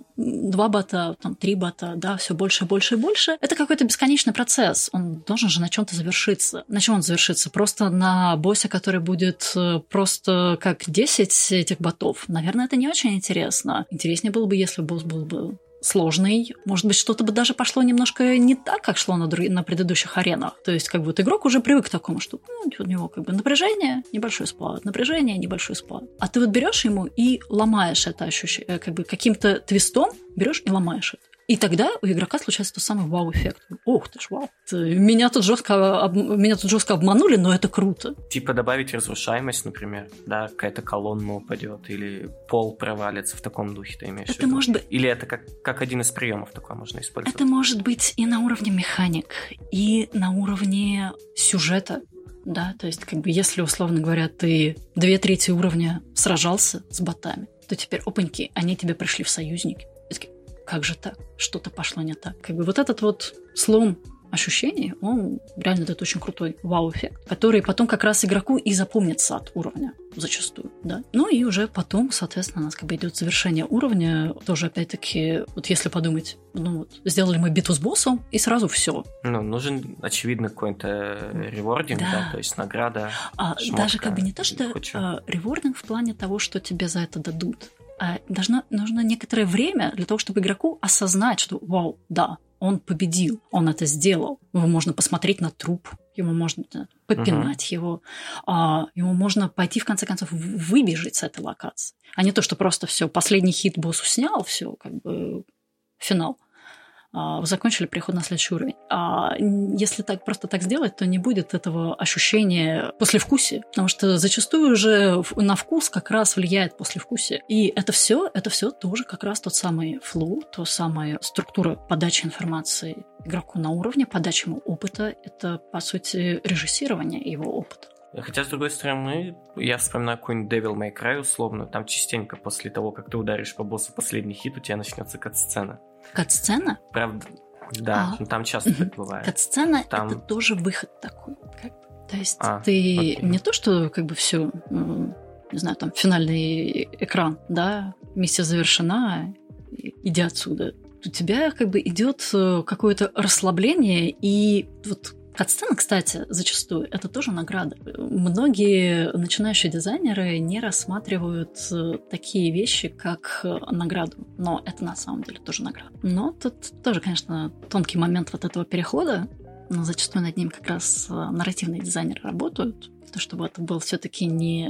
бота, там 3 бота, да, все больше, больше и больше, это какой-то бесконечный процесс. Он должен же на чем-то завершиться. На чем он завершится? Просто на боссе, который будет просто как 10 этих ботов. Наверное, это не очень интересно. Интереснее было бы, если босс был бы сложный. Может быть, что-то бы даже пошло немножко не так, как шло на предыдущих аренах. То есть, как бы вот игрок уже привык к такому, что у него как бы напряжение, небольшой спад, напряжение, небольшой спад. А ты вот берешь ему и ломаешь это ощущение, как бы каким-то твистом берешь и ломаешь это. И тогда у игрока случается тот самый вау-эффект. Ох ты ж, вау. Меня тут жестко обманули, но это круто. Типа добавить разрушаемость, например, да, какая-то колонна упадет, или пол провалится, в таком духе ты имеешь в виду? Может быть... Или это как один из приемов такой можно использовать? Это может быть и на уровне механик, и на уровне сюжета. Да, то есть, как бы, если, условно говоря, ты 2/3 уровня сражался с ботами, то теперь, опаньки, они тебе пришли в союзники. И такие, как же так? Что-то пошло не так. Как бы вот этот вот слом ощущений, он реально дает очень крутой вау-эффект, который потом как раз игроку и запомнится от уровня зачастую, да. Ну и уже потом, соответственно, у нас как бы идет завершение уровня. Тоже, опять-таки, вот если подумать, ну вот, сделали мы битву с боссом, и сразу все. Ну, нужен, очевидно, какой-то ревординг, да, то есть награда, шмотка. Даже как бы не то, что ревординг в плане того, что тебе за это дадут, а нужно некоторое время для того, чтобы игроку осознать, что вау, да, он победил, он это сделал. Его можно посмотреть на труп, ему можно попинать его, ему можно пойти, в конце концов, выбежать с этой локации. А не то, что просто все, последний хит боссу снял, все, как бы финал. Вы закончили, переход на следующий уровень. А если просто так сделать, то не будет этого ощущения послевкусия, потому что зачастую уже на вкус как раз влияет послевкусие. И это все тоже как раз тот самый флоу, та самая структура подачи информации игроку на уровне, подачи ему опыта. Это, по сути, режиссирование его опыта. Хотя, с другой стороны, я вспоминаю какой-нибудь Devil May Cry условно, там частенько после того, как ты ударишь по боссу последний хит, у тебя начнется кат-сцена. Кат-сцена? Правда, да, там часто так бывает. Кат-сцена — это тоже выход такой. То есть ты не то, что как бы все, не знаю, там финальный экран, да, миссия завершена, иди отсюда. У тебя как бы идет какое-то расслабление, и вот кат-сцена, кстати, зачастую это тоже награда. Многие начинающие дизайнеры не рассматривают такие вещи, как награду, но это на самом деле тоже награда. Но тут тоже, конечно, тонкий момент вот этого перехода, но зачастую над ним как раз нарративные дизайнеры работают, чтобы это был все-таки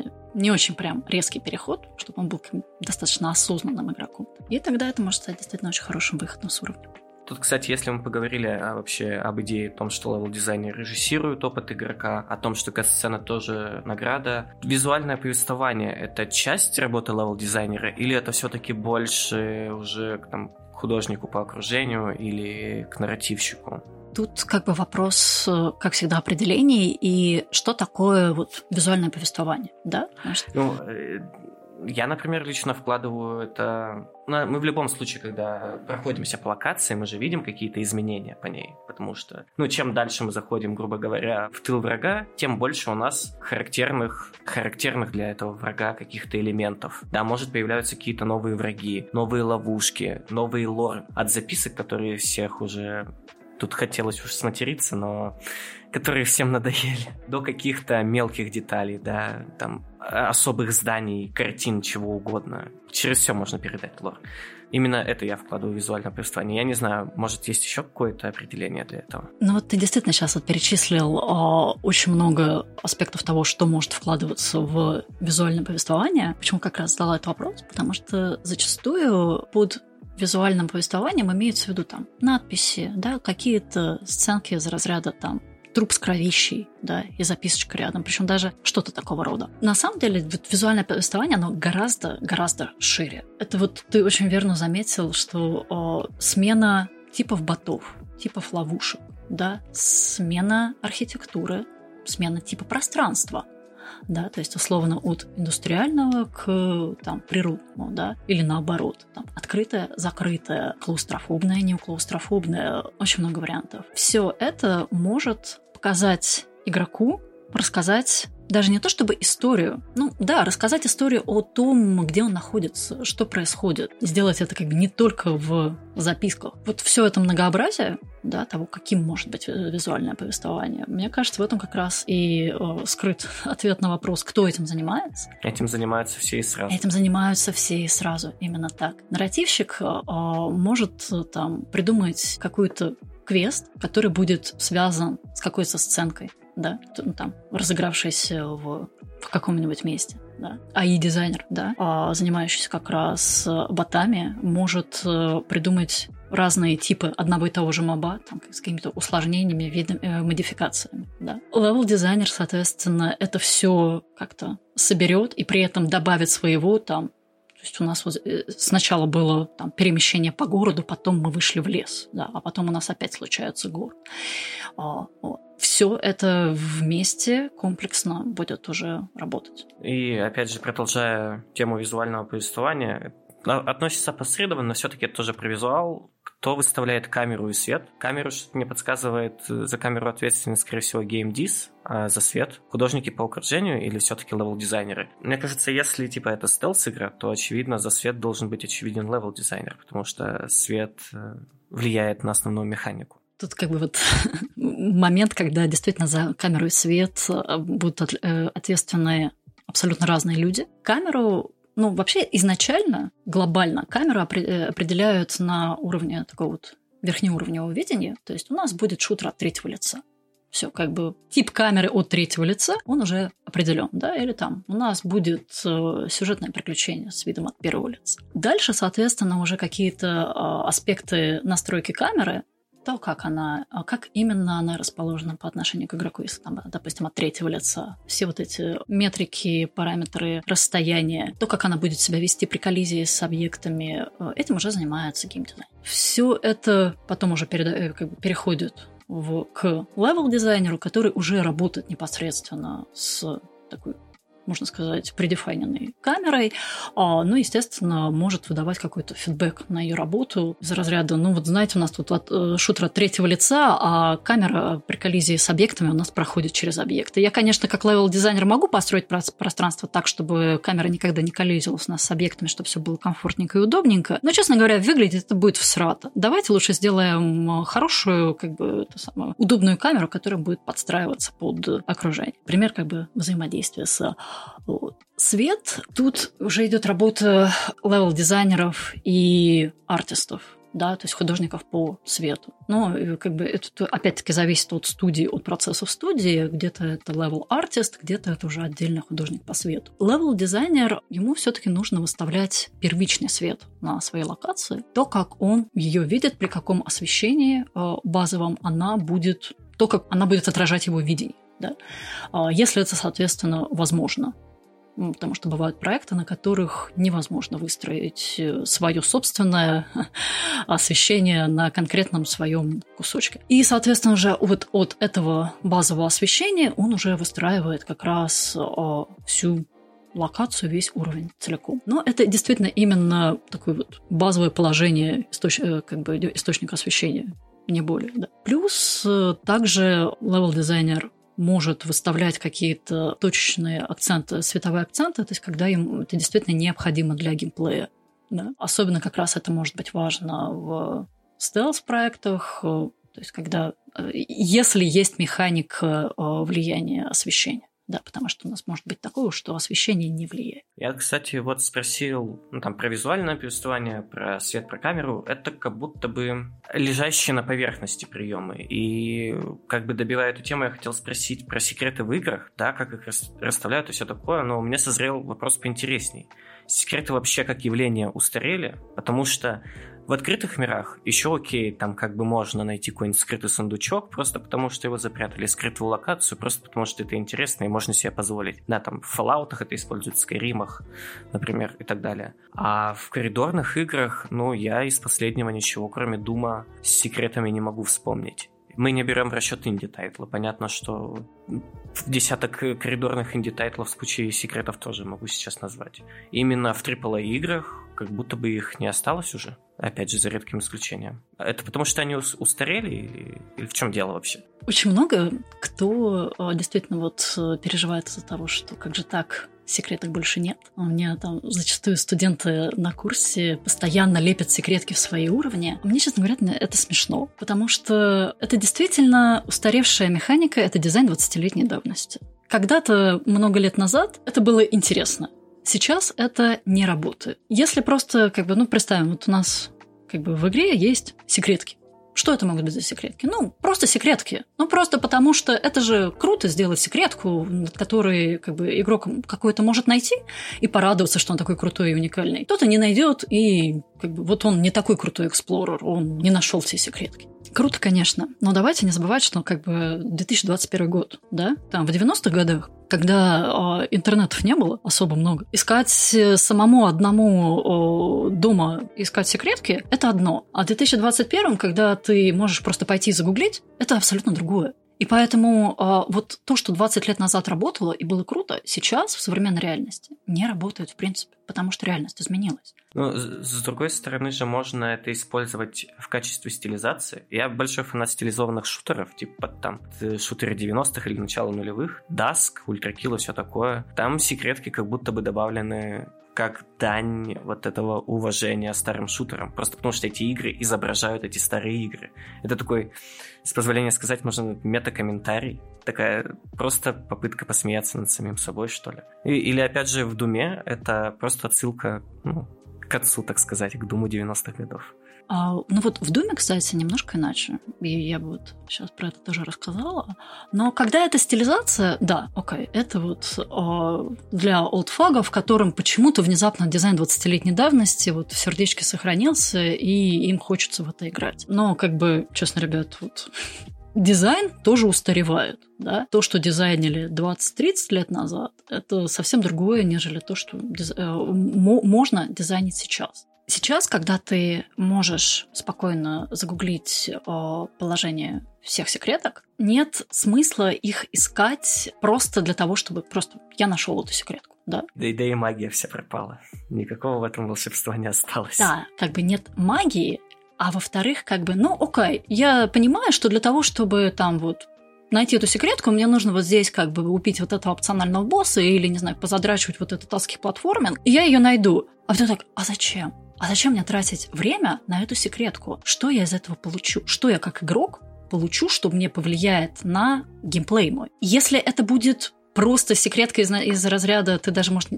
не очень прям резкий переход, чтобы он был достаточно осознанным игроком. И тогда это может стать действительно очень хорошим выходом с уровня. Тут, кстати, если мы поговорили вообще об идее о том, что левел-дизайнер режиссирует опыт игрока, о том, что кат-сцена тоже награда, визуальное повествование — это часть работы левел-дизайнера или это все-таки больше уже к художнику по окружению или к нарративщику? Тут как бы вопрос, как всегда, определений и что такое вот визуальное повествование, да? Я, например, лично вкладываю это... Мы в любом случае, когда проходимся по локации, мы же видим какие-то изменения по ней, потому что, чем дальше мы заходим, грубо говоря, в тыл врага, тем больше у нас характерных для этого врага каких-то элементов. Да, может, появляются какие-то новые враги, новые ловушки, новый лор от записок, которые всех уже... Тут хотелось уж сматериться, но которые всем надоели. До каких-то мелких деталей, да, там особых зданий, картин, чего угодно. Через все можно передать лор. Именно это я вкладываю в визуальное повествование. Я не знаю, может, есть еще какое-то определение для этого? Ну вот ты действительно сейчас перечислил очень много аспектов того, что может вкладываться в визуальное повествование. Почему как раз задала этот вопрос? Потому что зачастую под визуальным повествованием имеются в виду там надписи, да, какие-то сценки из разряда там труп с кровищей, да, и записочка рядом, причем даже что-то такого рода. На самом деле, вот визуальное повествование, оно гораздо шире. Это вот ты очень верно заметил, что смена типов ботов, типов ловушек, да, смена архитектуры, смена типа пространства. Да, то есть, условно, от индустриального к природному, да, или наоборот, открытое, закрытое, клаустрофобное, неоклаустрофобное, очень много вариантов. Все это может показать игроку, рассказать даже не то чтобы историю, рассказать историю о том, где он находится, что происходит. Сделать это как бы не только в записках. Вот все это многообразие, да, того, каким может быть визуальное повествование, мне кажется, в этом как раз и скрыт ответ на вопрос, кто этим занимается. Этим занимаются все и сразу. Этим занимаются все и сразу, именно так. Нарративщик может придумать какой-то квест, который будет связан с какой-то сценкой, да, разыгравшейся в каком-нибудь месте. да, AI-дизайнер, да, занимающийся как раз ботами, может придумать разные типы одного и того же моба, там, с какими-то усложнениями, видами, модификациями. Да. Левел-дизайнер, соответственно, это все как-то соберет и при этом добавит своего там. То есть у нас вот сначала было там перемещение по городу, потом мы вышли в лес, да, а потом у нас опять случается город. Все это вместе комплексно будет уже работать. И опять же, продолжая тему визуального повествования, относится опосредованно, но все-таки это тоже про визуал. Кто выставляет камеру и свет? Камеру, что-то мне подсказывает, за камеру ответственен, скорее всего, геймдиз, а за свет художники по украшению или все-таки левел-дизайнеры? Мне кажется, если типа это стелс-игра, то, очевидно, за свет должен быть очевиден левел-дизайнер, потому что свет влияет на основную механику. Тут как бы вот момент, когда действительно за камеру и свет будут ответственны абсолютно разные люди. Камеру... Ну, вообще, изначально, глобально, камеру определяют на уровне такого вот верхнеуровневого видения. То есть у нас будет шутер от третьего лица. Все, как бы тип камеры от третьего лица, он уже определен, да, или там у нас будет сюжетное приключение с видом от первого лица. Дальше, соответственно, уже какие-то аспекты настройки камеры, то, как именно она расположена по отношению к игроку, если там, допустим, от третьего лица. Все вот эти метрики, параметры, расстояния, то, как она будет себя вести при коллизии с объектами, этим уже занимается геймдизайн. Все это потом уже переходит к левел-дизайнеру, который уже работает непосредственно с такой, можно сказать, предефайненной камерой, но, естественно, может выдавать какой-то фидбэк на ее работу из разряда, ну вот знаете, у нас тут шутер от третьего лица, а камера при коллизии с объектами у нас проходит через объекты. Я, конечно, как левел-дизайнер могу построить пространство так, чтобы камера никогда не коллизилась у нас с объектами, чтобы все было комфортненько и удобненько, но, честно говоря, выглядит это будет всрато. Давайте лучше сделаем хорошую, как бы, удобную камеру, которая будет подстраиваться под окружение. Пример, как бы, взаимодействия с свет. Тут уже идет работа левел-дизайнеров и артистов, да, то есть художников по свету. Но как бы это опять-таки зависит от студии, от процессов студии. Где-то это левел-артист, где-то это уже отдельный художник по свету. Левел-дизайнер, ему все-таки нужно выставлять первичный свет на своей локации. То, как он ее видит, при каком освещении базовом она будет, то, как она будет отражать его видение. Да? Если это, соответственно, возможно. Потому что бывают проекты, на которых невозможно выстроить свое собственное освещение на конкретном своем кусочке. И, соответственно, уже вот от этого базового освещения он уже выстраивает как раз всю локацию, весь уровень целиком. Но это действительно именно такое вот базовое положение источника освещения, не более. Да. Плюс также левел-дизайнер может выставлять какие-то точечные акценты, световые акценты, то есть когда им это действительно необходимо для геймплея. Да? Особенно как раз это может быть важно в стелс-проектах, то есть когда, если есть механика влияния освещения. Да, потому что у нас может быть такое, что освещение не влияет. Я, кстати, вот спросил про визуальное повествование, про свет, про камеру. Это как будто бы лежащие на поверхности приемы. И как бы добивая эту тему, я хотел спросить про секреты в играх, да, как их расставляют и все такое, но у меня созрел вопрос поинтересней. Секреты вообще как явление устарели, потому что в открытых мирах еще окей, там как бы можно найти какой-нибудь скрытый сундучок, просто потому что его запрятали, скрытую локацию, просто потому что это интересно и можно себе позволить. Да, там в Fallout'ах это используется, в Skyrim'ах, например, и так далее. А в коридорных играх, я из последнего ничего, кроме Дума, с секретами не могу вспомнить. Мы не берем в расчет инди-тайтлы. Понятно, что в десяток коридорных инди-тайтлов с кучей секретов тоже могу сейчас назвать. Именно в AAA играх как будто бы их не осталось уже. Опять же, за редким исключением. Это потому что они устарели? Или в чем дело вообще? Очень много кто действительно переживает из-за того, что как же так, секреток больше нет. У меня там зачастую студенты на курсе постоянно лепят секретки в свои уровни. Мне, честно говоря, это смешно, потому что это действительно устаревшая механика, это дизайн 20-летней давности. Когда-то, много лет назад, это было интересно. Сейчас это не работает. Если просто, представим, у нас в игре есть секретки. Что это могут быть за секретки? Ну, просто секретки. Ну, просто потому что это же круто сделать секретку, над которой как бы игрок какой-то может найти и порадоваться, что он такой крутой и уникальный. Кто-то не найдет, и как бы вот он не такой крутой эксплорер, он не нашел все секретки. Круто, конечно, но давайте не забывать, что как бы 2021 год, да, там в 90-х годах, когда интернетов не было особо много, искать самому одному дома искать секретки – это одно. А в 2021, когда ты можешь просто пойти и загуглить, это абсолютно другое. И поэтому вот то, что 20 лет назад работало и было круто, сейчас в современной реальности не работает в принципе, потому что реальность изменилась. Ну, с другой стороны же можно это использовать в качестве стилизации. Я большой фанат стилизованных шутеров, типа там шутеры 90-х или начала нулевых, Dusk, Ultra Kill и все такое. Там секретки как будто бы добавлены как дань вот этого уважения старым шутерам. Просто потому что эти игры изображают эти старые игры. Это такой, с позволения сказать, можно мета-комментарий. Такая просто попытка посмеяться над самим собой, что ли. Или опять же в Думе это просто отсылка, к отцу, так сказать, к Думу 90-х годов. Ну вот в Думе, кстати, немножко иначе. И я бы вот сейчас про это тоже рассказала. Но когда это стилизация, да, окей, это вот для олдфагов, которым почему-то внезапно дизайн 20-летней давности вот в сердечке сохранился, и им хочется в это играть. Но как бы, честно, ребят, вот дизайн тоже устаревает. Да? То, что дизайнили 20-30 лет назад, это совсем другое, нежели то, что можно дизайнить сейчас. Сейчас, когда ты можешь спокойно загуглить положение всех секреток, нет смысла их искать просто для того, чтобы просто я нашел эту секретку. Да? Да и магия вся пропала. Никакого в этом волшебства не осталось. Да, как бы нет магии, а во-вторых, как бы, окей, я понимаю, что для того, чтобы там вот найти эту секретку, мне нужно вот здесь как бы убить вот этого опционального босса или, не знаю, позадрачивать вот этот адский платформинг, и я ее найду. А потом так, а зачем? А зачем мне тратить время на эту секретку? Что я из этого получу? Что я как игрок получу, что мне повлияет на геймплей мой? Если это будет просто секретка из разряда, ты даже, может,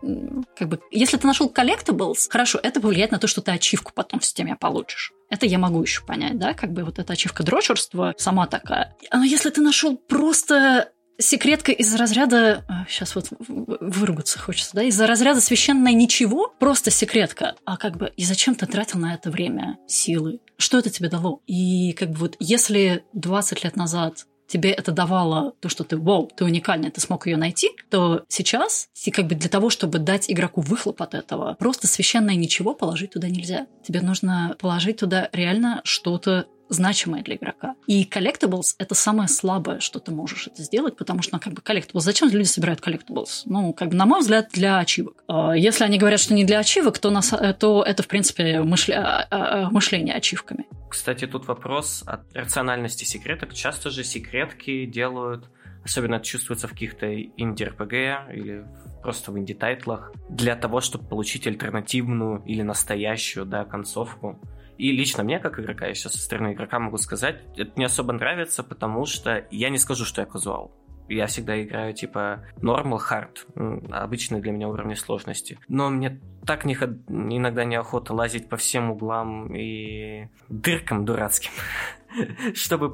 если ты нашел collectibles, хорошо, это повлияет на то, что ты ачивку потом в системе получишь. Это я могу еще понять, да, как бы вот эта ачивка дрочерства сама такая. Но если ты нашел просто секретка из разряда... Сейчас вот выругаться хочется, да? Из-за разряда священное ничего, просто секретка. А как бы... И зачем ты тратил на это время, силы? Что это тебе дало? И как бы вот если 20 лет назад тебе это давало то, что ты уникальный, ты смог ее найти, то сейчас как бы для того, чтобы дать игроку выхлоп от этого, просто священное ничего положить туда нельзя. Тебе нужно положить туда реально что-то значимое для игрока. И collectibles – это самое слабое, что ты можешь это сделать, потому что, как бы, collectibles. Зачем люди собирают collectibles? На мой взгляд, для ачивок. Если они говорят, что не для ачивок, то это, в принципе, мышление ачивками. Кстати, тут вопрос о рациональности секреток. Часто же секретки делают, особенно это чувствуется в каких-то инди-РПГ или просто в инди-тайтлах, для того, чтобы получить альтернативную или настоящую, концовку. И лично мне, как игрока, я сейчас со стороны игрока могу сказать, это не особо нравится, потому что я не скажу, что я казуал. Я всегда играю типа normal, hard, обычные для меня уровни сложности. Но мне так иногда неохота лазить по всем углам и дыркам дурацким, чтобы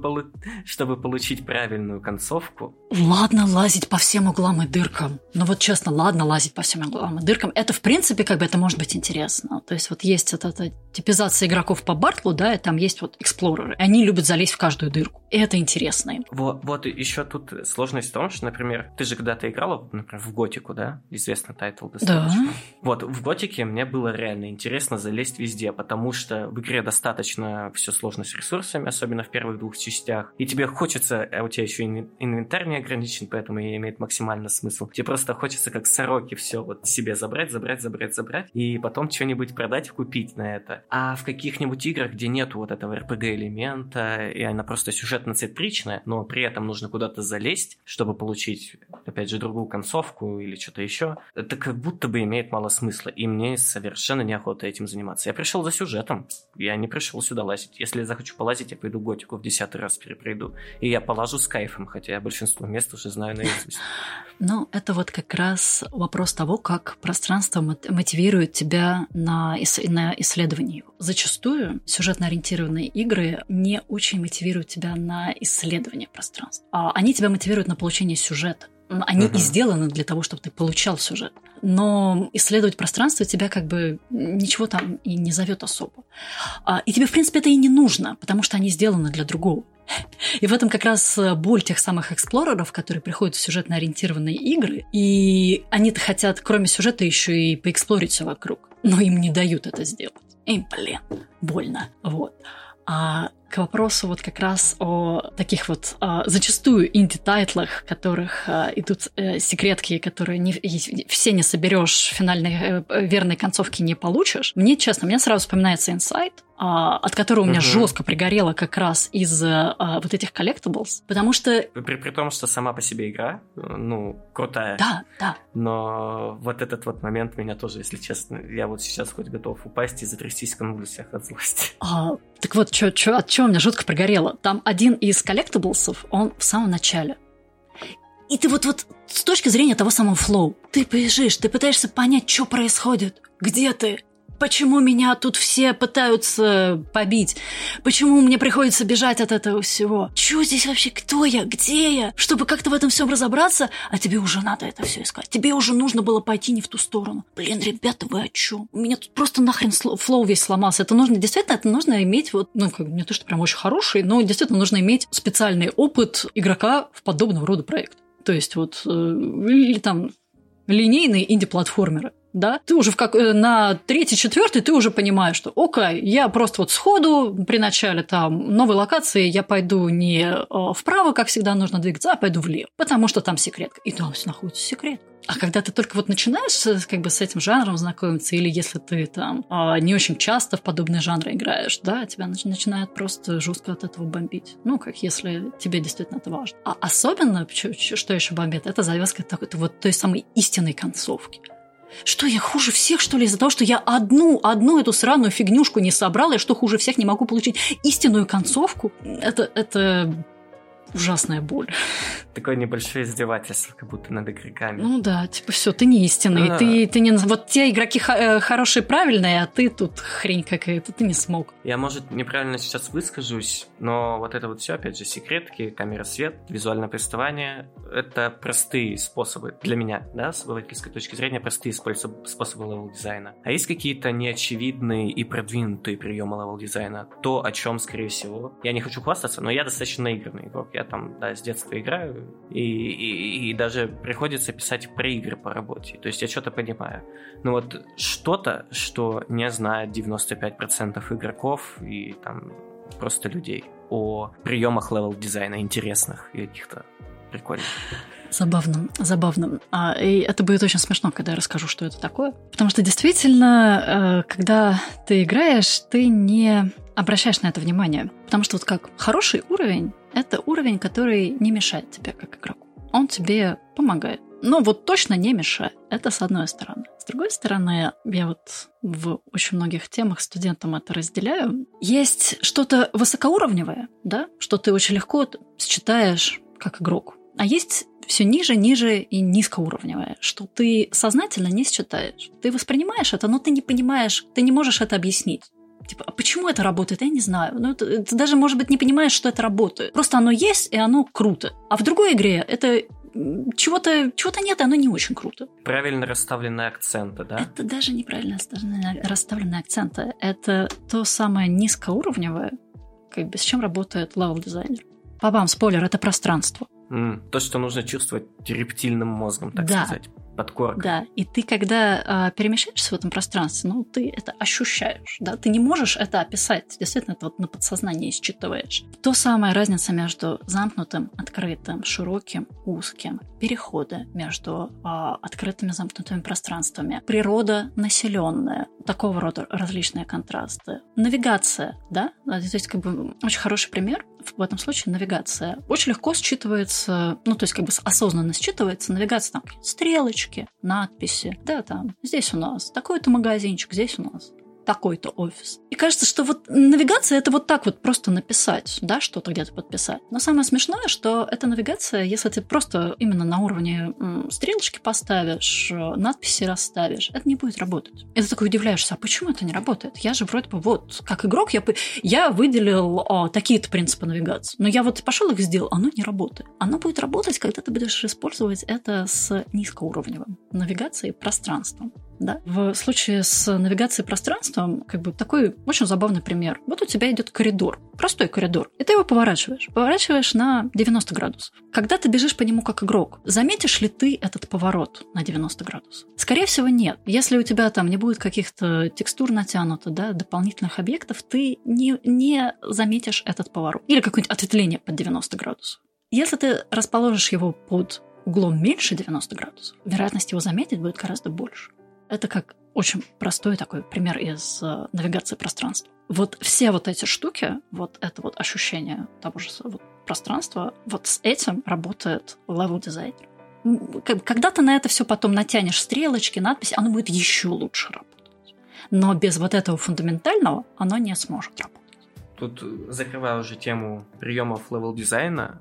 получить правильную концовку. Ладно лазить по всем углам и дыркам. Вот честно, ладно лазить по всем углам и дыркам. Это, в принципе, как бы это может быть интересно. То есть вот есть эта типизация игроков по Бартлу, да, и там есть вот эксплореры. И они любят залезть в каждую дырку. И это интересно им. Вот еще тут сложность в том, что, например, ты же когда-то играла, например, в Готику, да? Известный тайтл достаточно. Да. Вот, в Готике мне было реально интересно залезть везде, потому что в игре достаточно все сложно с ресурсами, особенно в первых 2 частях. И тебе хочется, а у тебя еще инвентарь не ограничен, поэтому и имеет максимально смысл. Тебе просто хочется как сороки все вот себе забрать, и потом что-нибудь продать, купить на это. А в каких-нибудь играх, где нету вот этого RPG-элемента, и она просто сюжетная сюжетно-цитричная, но при этом нужно куда-то залезть, чтобы получить, опять же, другую концовку или что-то еще, это как будто бы имеет мало смысла, и мне совершенно неохота этим заниматься. Я пришел за сюжетом, я не пришел сюда лазить. Если я захочу полазить, я пойду Готику в 10-й раз перепройду, и я полажу с кайфом, хотя я большинство мест уже знаю наизусть. Ну, это вот как раз вопрос того, как пространство мотивирует тебя на исследование. Зачастую сюжетно-ориентированные игры не очень мотивируют тебя на исследование пространства. Они тебя мотивируют на получение сюжета. Они и сделаны для того, чтобы ты получал сюжет. Но исследовать пространство тебя как бы ничего там и не зовет особо. И тебе, в принципе, это и не нужно, потому что они сделаны для другого. И в этом как раз боль тех самых эксплореров, которые приходят в сюжетно-ориентированные игры, и они-то хотят, кроме сюжета, еще и поэксплорить все вокруг. Но им не дают это сделать. Им, больно. Вот. А к вопросу вот как раз о таких вот зачастую инди-тайтлах, в которых идут секретки, которые все не соберешь, финальной верной концовки не получишь. Мне, честно, сразу вспоминается Inside, от которого у меня жестко пригорело как раз из вот этих collectibles, потому что... При том, что сама по себе игра, крутая. Да. Но вот этот вот момент меня тоже, если честно, я вот сейчас хоть готов упасть и затрястись в конвульсиях от злости. Так вот, от чего меня жутко прогорело? Там один из коллектаблсов, он в самом начале. И ты вот с точки зрения того самого флоу, ты бежишь, ты пытаешься понять, что происходит, где ты, почему меня тут все пытаются побить, почему мне приходится бежать от этого всего, что здесь вообще, кто я, где я, чтобы как-то в этом всем разобраться, а тебе уже надо это все искать, тебе уже нужно было пойти не в ту сторону. Блин, ребята, вы о чем? У меня тут просто нахрен флоу весь сломался. Это нужно иметь не то, что прям очень хороший, но действительно нужно иметь специальный опыт игрока в подобного рода проект. То есть или там линейные инди-платформеры. Да? Ты уже на 3-4 ты уже понимаешь, что окей, я просто сходу при начале там новой локации я пойду не вправо, как всегда нужно двигаться, а пойду влево, потому что там секретка. И там находится секрет. А когда ты только начинаешь с этим жанром знакомиться, или если ты там не очень часто в подобные жанры играешь, да, тебя начинает просто жестко от этого бомбить. Как если тебе действительно это важно. А особенно, что еще бомбит, это завязка той самой истинной концовки. Что, я хуже всех, что ли, из-за того, что я одну эту сраную фигнюшку не собрала, я что, хуже всех не могу получить истинную концовку? Это ужасная боль. Такое небольшое издевательство, как будто над игроками. Все, ты не истинный. Ты не... Вот те игроки хорошие, правильные, а ты тут хрень какая-то, ты не смог. Я, может, неправильно сейчас выскажусь, но вот это вот все, опять же, секретки, камера, свет, визуальное повествование — это простые способы для меня, да, с обывательской точки зрения, простые способы левел-дизайна. А есть какие-то неочевидные и продвинутые приемы левел-дизайна? То, о чем, скорее всего, я не хочу хвастаться, но я достаточно наигранный игрок. Я там, с детства играю, и даже приходится писать про игры по работе. То есть я что-то понимаю. Но вот что-то, что не знает 95% игроков и там просто людей о приемах левел-дизайна интересных и каких-то прикольных. Забавно. И это будет очень смешно, когда я расскажу, что это такое. Потому что действительно, когда ты играешь, ты не обращаешь на это внимание. Потому что как хороший уровень — это уровень, который не мешает тебе как игроку. Он тебе помогает. Но точно не мешает. Это с одной стороны. С другой стороны, я в очень многих темах студентам это разделяю. Есть что-то высокоуровневое, да, что ты очень легко считаешь как игрок. А есть все ниже и низкоуровневое, что ты сознательно не считаешь. Ты воспринимаешь это, но ты не понимаешь, ты не можешь это объяснить. А почему это работает? Я не знаю. Ты даже, может быть, не понимаешь, что это работает. Просто оно есть, и оно круто. А в другой игре это чего-то нет, и оно не очень круто. Правильно расставленные акценты, да? Это даже неправильно расставленные акценты. Это то самое низкоуровневое, с чем работает левел-дизайнер. Папам, спойлер, это пространство. То, что нужно чувствовать рептильным мозгом, так сказать, подкоркой. Да, и ты, когда перемещаешься в этом пространстве, ты это ощущаешь, да, ты не можешь это описать, действительно, это на подсознании считываешь. То самая разница между замкнутым, открытым, широким, узким, переходы между открытыми, замкнутыми пространствами, природа населенная, такого рода различные контрасты. Навигация, да? То есть как бы очень хороший пример в этом случае навигация. Очень легко считывается, ну, то есть как бы осознанно считывается навигация, там, стрелочки, надписи, да, там, здесь у нас такой-то магазинчик, здесь у нас такой-то офис. И кажется, что вот навигация — это вот так вот просто написать, да, что-то где-то подписать. Но самое смешное, что эта навигация, если ты просто именно на уровне стрелочки поставишь, надписи расставишь, это не будет работать. И ты такой удивляешься, а почему это не работает? Я же вроде бы вот, как игрок, я выделил такие-то принципы навигации, но я вот пошел их сделал, оно не работает. Оно будет работать, когда ты будешь использовать это с низкоуровневым навигацией пространством. Да? В случае с навигацией пространством как бы такой очень забавный пример. Вот у тебя идет коридор, простой коридор, и ты его поворачиваешь на 90 градусов. Когда ты бежишь по нему как игрок, заметишь ли ты этот поворот на 90 градусов? Скорее всего, нет. Если у тебя там не будет каких-то текстур натянуто, да, дополнительных объектов, ты не заметишь этот поворот. Или какое-нибудь ответвление под 90 градусов. Если ты расположишь его под углом меньше 90 градусов, вероятность его заметить будет гораздо больше. Это как очень простой такой пример из навигации пространства. Вот все вот эти штуки, вот это вот ощущение того же вот пространства, вот с этим работает левел-дизайнер. Когда ты на это все потом натянешь стрелочки, надписи, оно будет еще лучше работать. Но без вот этого фундаментального оно не сможет работать. Тут, закрывая уже тему приемов левел-дизайна,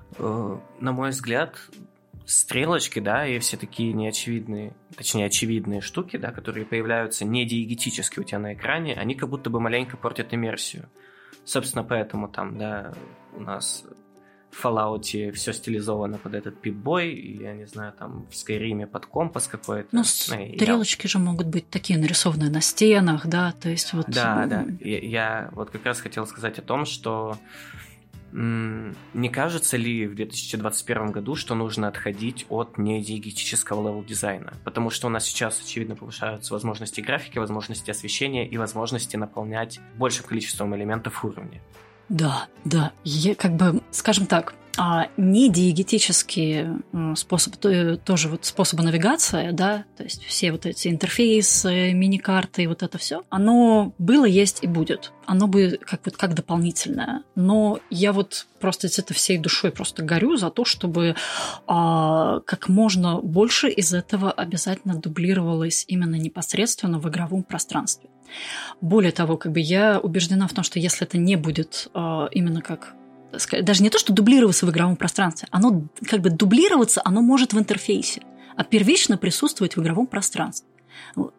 на мой взгляд, стрелочки, да, и все такие неочевидные, точнее, очевидные штуки, да, которые появляются не диегетически у тебя на экране, они как будто бы маленько портят иммерсию. Собственно, поэтому там, да, у нас в Fallout все стилизовано под этот Пип-Бой, и, я не знаю, там в Скайриме под компас какой-то. Ну, стрелочки же могут быть такие нарисованные на стенах, да, то есть вот... Да. Я вот как раз хотел сказать о том, что не кажется ли в 2021 году, что нужно отходить от недиегетического левел-дизайна? Потому что у нас сейчас, очевидно, повышаются возможности графики, возможности освещения и возможности наполнять большим количеством элементов уровня. Да. Как бы, скажем так, недиегетические способы, тоже вот способы навигации, да, то есть все вот эти интерфейсы, мини-карты и вот это все, оно было, есть и будет. Оно будет как дополнительное. Но я вот просто это всей душой просто горю за то, чтобы как можно больше из этого обязательно дублировалось именно непосредственно в игровом пространстве. Более того, как бы я убеждена в том, что если это не будет именно как... Даже не то, что дублироваться в игровом пространстве, оно как бы дублироваться, оно может в интерфейсе, а первично присутствовать в игровом пространстве. Вот.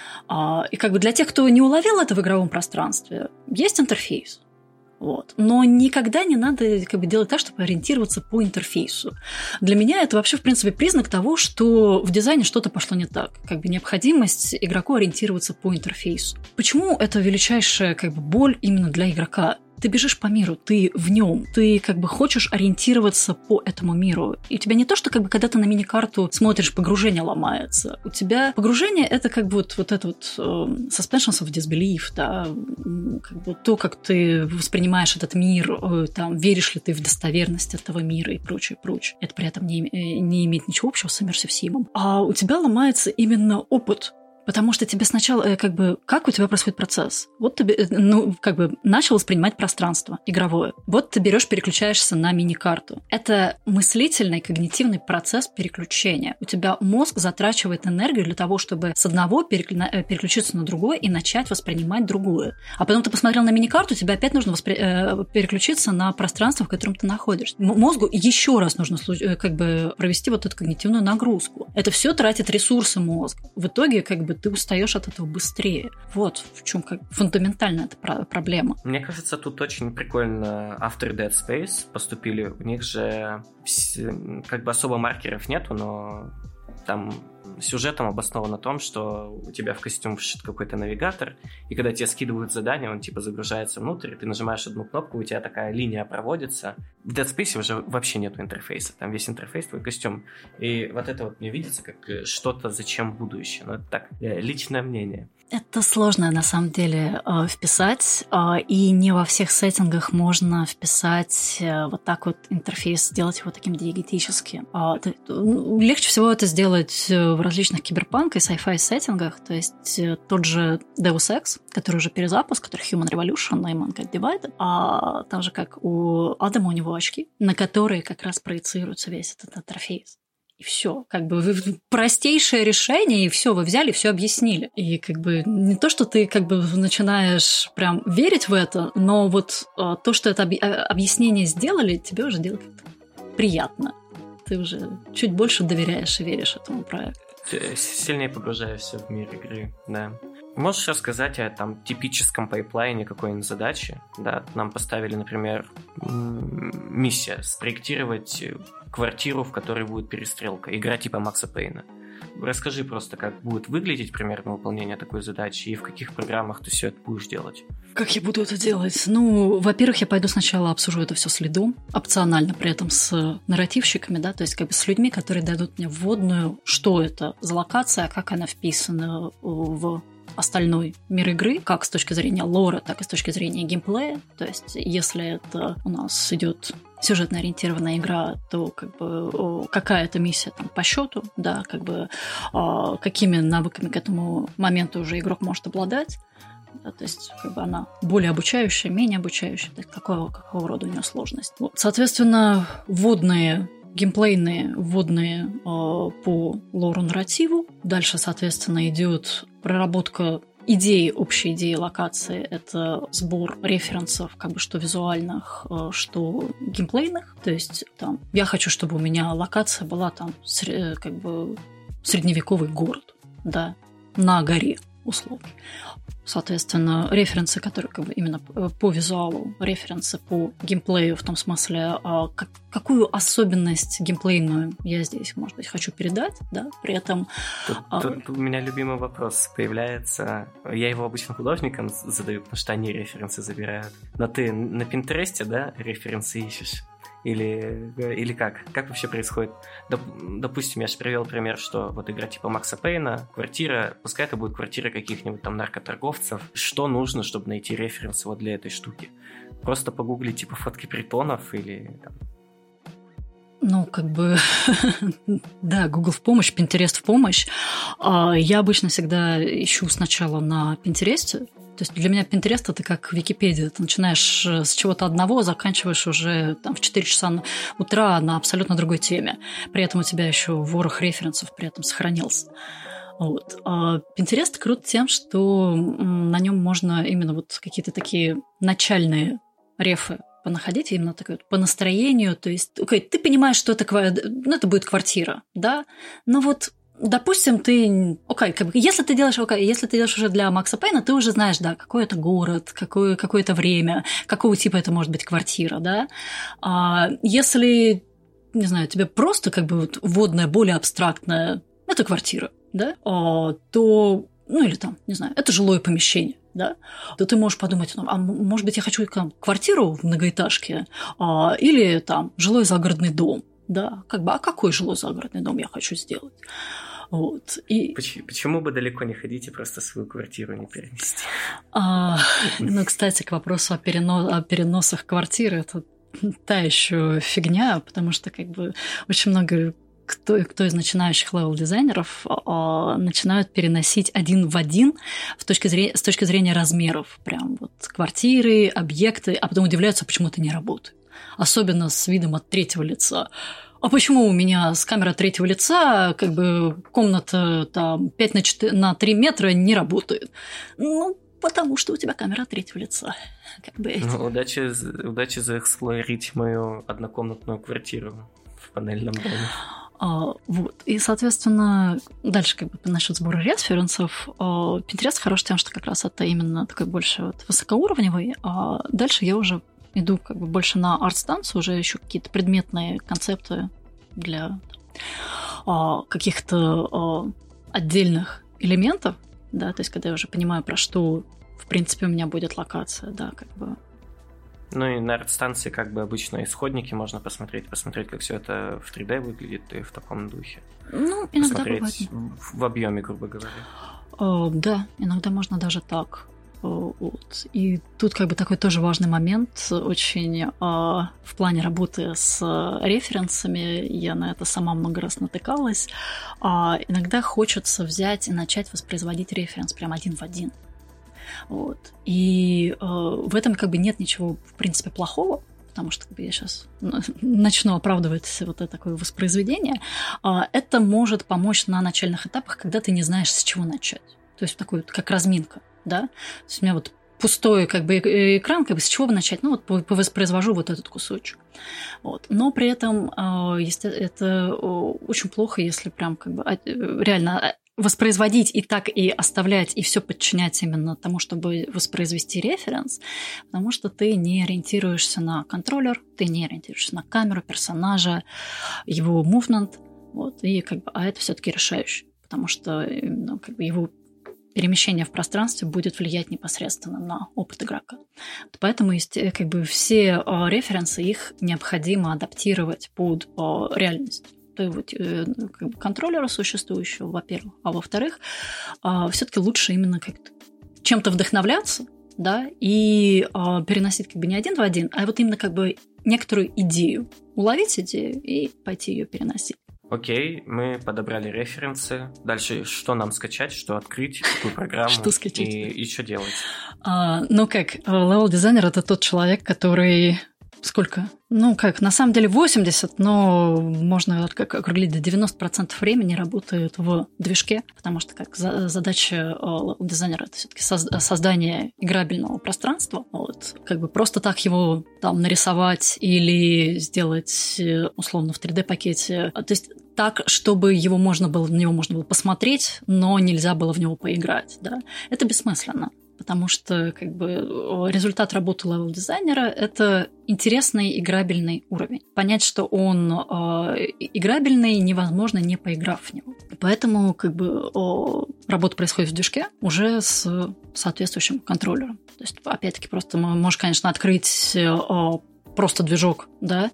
И как бы для тех, кто не уловил это в игровом пространстве, есть интерфейс. Вот. Но никогда не надо как бы делать так, чтобы ориентироваться по интерфейсу. Для меня это вообще, в принципе, признак того, что в дизайне что-то пошло не так. Как бы необходимость игроку ориентироваться по интерфейсу. Почему это величайшая как бы боль именно для игрока? Ты бежишь по миру, ты в нем, ты как бы хочешь ориентироваться по этому миру. И у тебя не то, что как бы когда ты на мини-карту смотришь, погружение ломается. У тебя погружение — это как бы вот это вот suspensions of disbelief, да, как бы то, как ты воспринимаешь этот мир, там, веришь ли ты в достоверность этого мира и прочее. Это при этом не имеет ничего общего с Immersive Sim. А у тебя ломается именно опыт. Потому что тебе сначала, как бы, как у тебя происходит процесс? Вот ты, как бы, начал воспринимать пространство игровое. Вот ты берешь, переключаешься на мини-карту. Это мыслительный, когнитивный процесс переключения. У тебя мозг затрачивает энергию для того, чтобы с одного переключиться на другое и начать воспринимать другое. А потом ты посмотрел на мини-карту, тебе опять нужно переключиться на пространство, в котором ты находишься. Мозгу еще раз нужно, как бы, провести вот эту когнитивную нагрузку. Это все тратит ресурсы мозга. В итоге, как бы, ты устаешь от этого быстрее. Вот в чем как фундаментальная эта проблема. Мне кажется, тут очень прикольно авторы Dead Space поступили. У них же как бы особо маркеров нету, но там сюжетом обосновано том, что у тебя в костюм вшит какой-то навигатор, и когда тебе скидывают задание, он типа загружается внутрь, ты нажимаешь одну кнопку, у тебя такая линия проводится. В Dead Space уже вообще нету интерфейса, там весь интерфейс твой костюм. И вот это вот мне видится как что-то зачем будущее. Но это так, личное мнение. Это сложно, на самом деле, вписать, и не во всех сеттингах можно вписать вот так вот интерфейс, сделать его таким диегетическим. Легче всего это сделать в различных киберпанк и sci-fi сеттингах, то есть тот же Deus Ex, который уже перезапуск, который Human Revolution и Mankind Divided, а там же как у Адама, у него очки, на которые как раз проецируется весь этот интерфейс. И все, как бы простейшее решение, и все, вы взяли, все объяснили. И как бы не то, что ты как бы начинаешь прям верить в это, но вот то, что это объяснение сделали, тебе уже делать приятно. Ты уже чуть больше доверяешь и веришь этому проекту. Сильнее погружаешься в мир игры, да. Можешь рассказать о там типическом пайплайне какой-нибудь задачи? Да, нам поставили, например, миссия спроектировать квартиру, в которой будет перестрелка. Игра типа Макса Пейна. Расскажи просто, как будет выглядеть примерно выполнение такой задачи и в каких программах ты все это будешь делать. Как я буду это делать? Ну, во-первых, я пойду сначала обсужу это все с лидом, опционально при этом с нарративщиками, да, то есть как бы с людьми, которые дадут мне вводную, что это за локация, как она вписана в остальной мир игры, как с точки зрения лора, так и с точки зрения геймплея. То есть, если это у нас идет сюжетно ориентированная игра, то как бы какая-то миссия там по счету, да, как бы какими навыками к этому моменту уже игрок может обладать. Да, то есть как бы она более обучающая, менее обучающая, то есть какого рода у нее сложность. Вот. Соответственно, вводные геймплейные, вводные по лору-нарративу. Дальше, соответственно, идет проработка идеи, общей идеи локации. Это сбор референсов, как бы что визуальных, что геймплейных. То есть там, я хочу, чтобы у меня локация была там как бы средневековый город, да, на горе, условно. Соответственно, референсы, которые как бы именно по визуалу, референсы по геймплею, в том смысле, какую особенность геймплейную я здесь, может быть, хочу передать, да, при этом... Тут у меня любимый вопрос появляется. Я его обычно художникам задаю, потому что они референсы забирают. Но ты на Пинтересте, да, референсы ищешь? Или как? Как вообще происходит? Допустим, я же привел пример, что вот игра типа Макса Пейна, квартира, пускай это будет квартира каких-нибудь там наркоторговцев. Что нужно, чтобы найти референсы вот для этой штуки? Просто погуглить типа фотки притонов или там... Ну, как бы, да, Google в помощь, Pinterest в помощь. Я обычно всегда ищу сначала на Pinterest. То есть для меня Pinterest – это как Википедия. Ты начинаешь с чего-то одного, заканчиваешь уже там, в 4 часа утра на абсолютно другой теме. При этом у тебя еще ворох референсов при этом сохранился. Вот. Pinterest крут тем, что на нем можно именно вот какие-то такие начальные рефы понаходить, именно такое по настроению. То есть, ты понимаешь, что это будет квартира, да? Но вот допустим, если ты делаешь уже для Макса Пейна, ты уже знаешь, да, какой это город, какое-то время, какого типа это может быть квартира, да. Если, не знаю, тебе просто как бы вот вводная, более абстрактная, это квартира, да, то, ну или там, не знаю, это жилое помещение, да, то ты можешь подумать, ну, а может быть, я хочу квартиру в многоэтажке или там жилой загородный дом. Да, как бы, а какой жилой загородный дом я хочу сделать? Вот. И... Почему бы далеко не ходить и просто свою квартиру не перенести? Ну, кстати, к вопросу о переносах квартиры, это та еще фигня, потому что как бы очень много кто из начинающих левел-дизайнеров начинают переносить один в один с точки зрения размеров. Прям вот квартиры, объекты, а потом удивляются, почему это не работает. Особенно с видом от третьего лица. А почему у меня с камеры третьего лица как бы комната там 5 на 3 метра не работает? Ну, потому что у тебя камера третьего лица. Как бы ну, удачи заэксплорить мою однокомнатную квартиру в панельном доме. Вот. И, соответственно, дальше как бы насчет сбора референсов. Pinterest хорош тем, что как раз это именно такой больше вот высокоуровневый. А дальше я уже иду как бы больше на арт-станцию, уже ищу какие-то предметные концепты для каких-то отдельных элементов, да, то есть когда я уже понимаю, про что, в принципе, у меня будет локация, да, как бы. Ну и на арт-станции как бы обычно исходники можно посмотреть, как все это в 3D выглядит и в таком духе. Ну, иногда посмотреть бывает. в объеме, грубо говоря. Да, иногда можно даже так. Вот. И тут как бы такой тоже важный момент очень в плане работы с референсами. Я на это сама много раз натыкалась. Иногда хочется взять и начать воспроизводить референс прям один в один. Вот. И в этом как бы нет ничего, в принципе, плохого, потому что как бы, я сейчас начну оправдывать вот это такое воспроизведение. Это может помочь на начальных этапах, когда ты не знаешь, с чего начать. То есть такой как разминка. Да? То есть у меня вот пустой как бы экран, как бы с чего начать? Ну, вот воспроизвожу вот этот кусочек. Вот. Но при этом это очень плохо, если прям как бы реально воспроизводить и так и оставлять, и все подчинять именно тому, чтобы воспроизвести референс, потому что ты не ориентируешься на контроллер, ты не ориентируешься на камеру персонажа, его мувмент, вот, и как бы, это все-таки решающее, потому что как бы его перемещение в пространстве будет влиять непосредственно на опыт игрока. Поэтому есть как бы все референсы, их необходимо адаптировать под реальность. То есть вот, как бы контроллера существующего, во-первых, а во-вторых, все-таки лучше именно как-то чем-то вдохновляться, да, и переносить как бы не один в один, а вот именно как бы некоторую идею, уловить идею и пойти ее переносить. Окей, мы подобрали референсы. Дальше что нам скачать, что открыть, какую программу что скачать? И что делать? Ну как, левел-дизайнер — это тот человек, который... Сколько? Ну как, на самом деле 80, но можно как округлить до 90% времени работает в движке, потому что как задача дизайнера — это все-таки создание играбельного пространства. Вот. Как бы просто так его там нарисовать или сделать условно в 3D-пакете. То есть так, чтобы в него можно было посмотреть, но нельзя было в него поиграть. Да? Это бессмысленно. Потому что как бы, результат работы левел-дизайнера — это интересный играбельный уровень. Понять, что он играбельный, невозможно, не поиграв в него. Поэтому как бы, работа происходит в движке уже с соответствующим контроллером. То есть, опять-таки, просто можешь, конечно, открыть просто движок, да,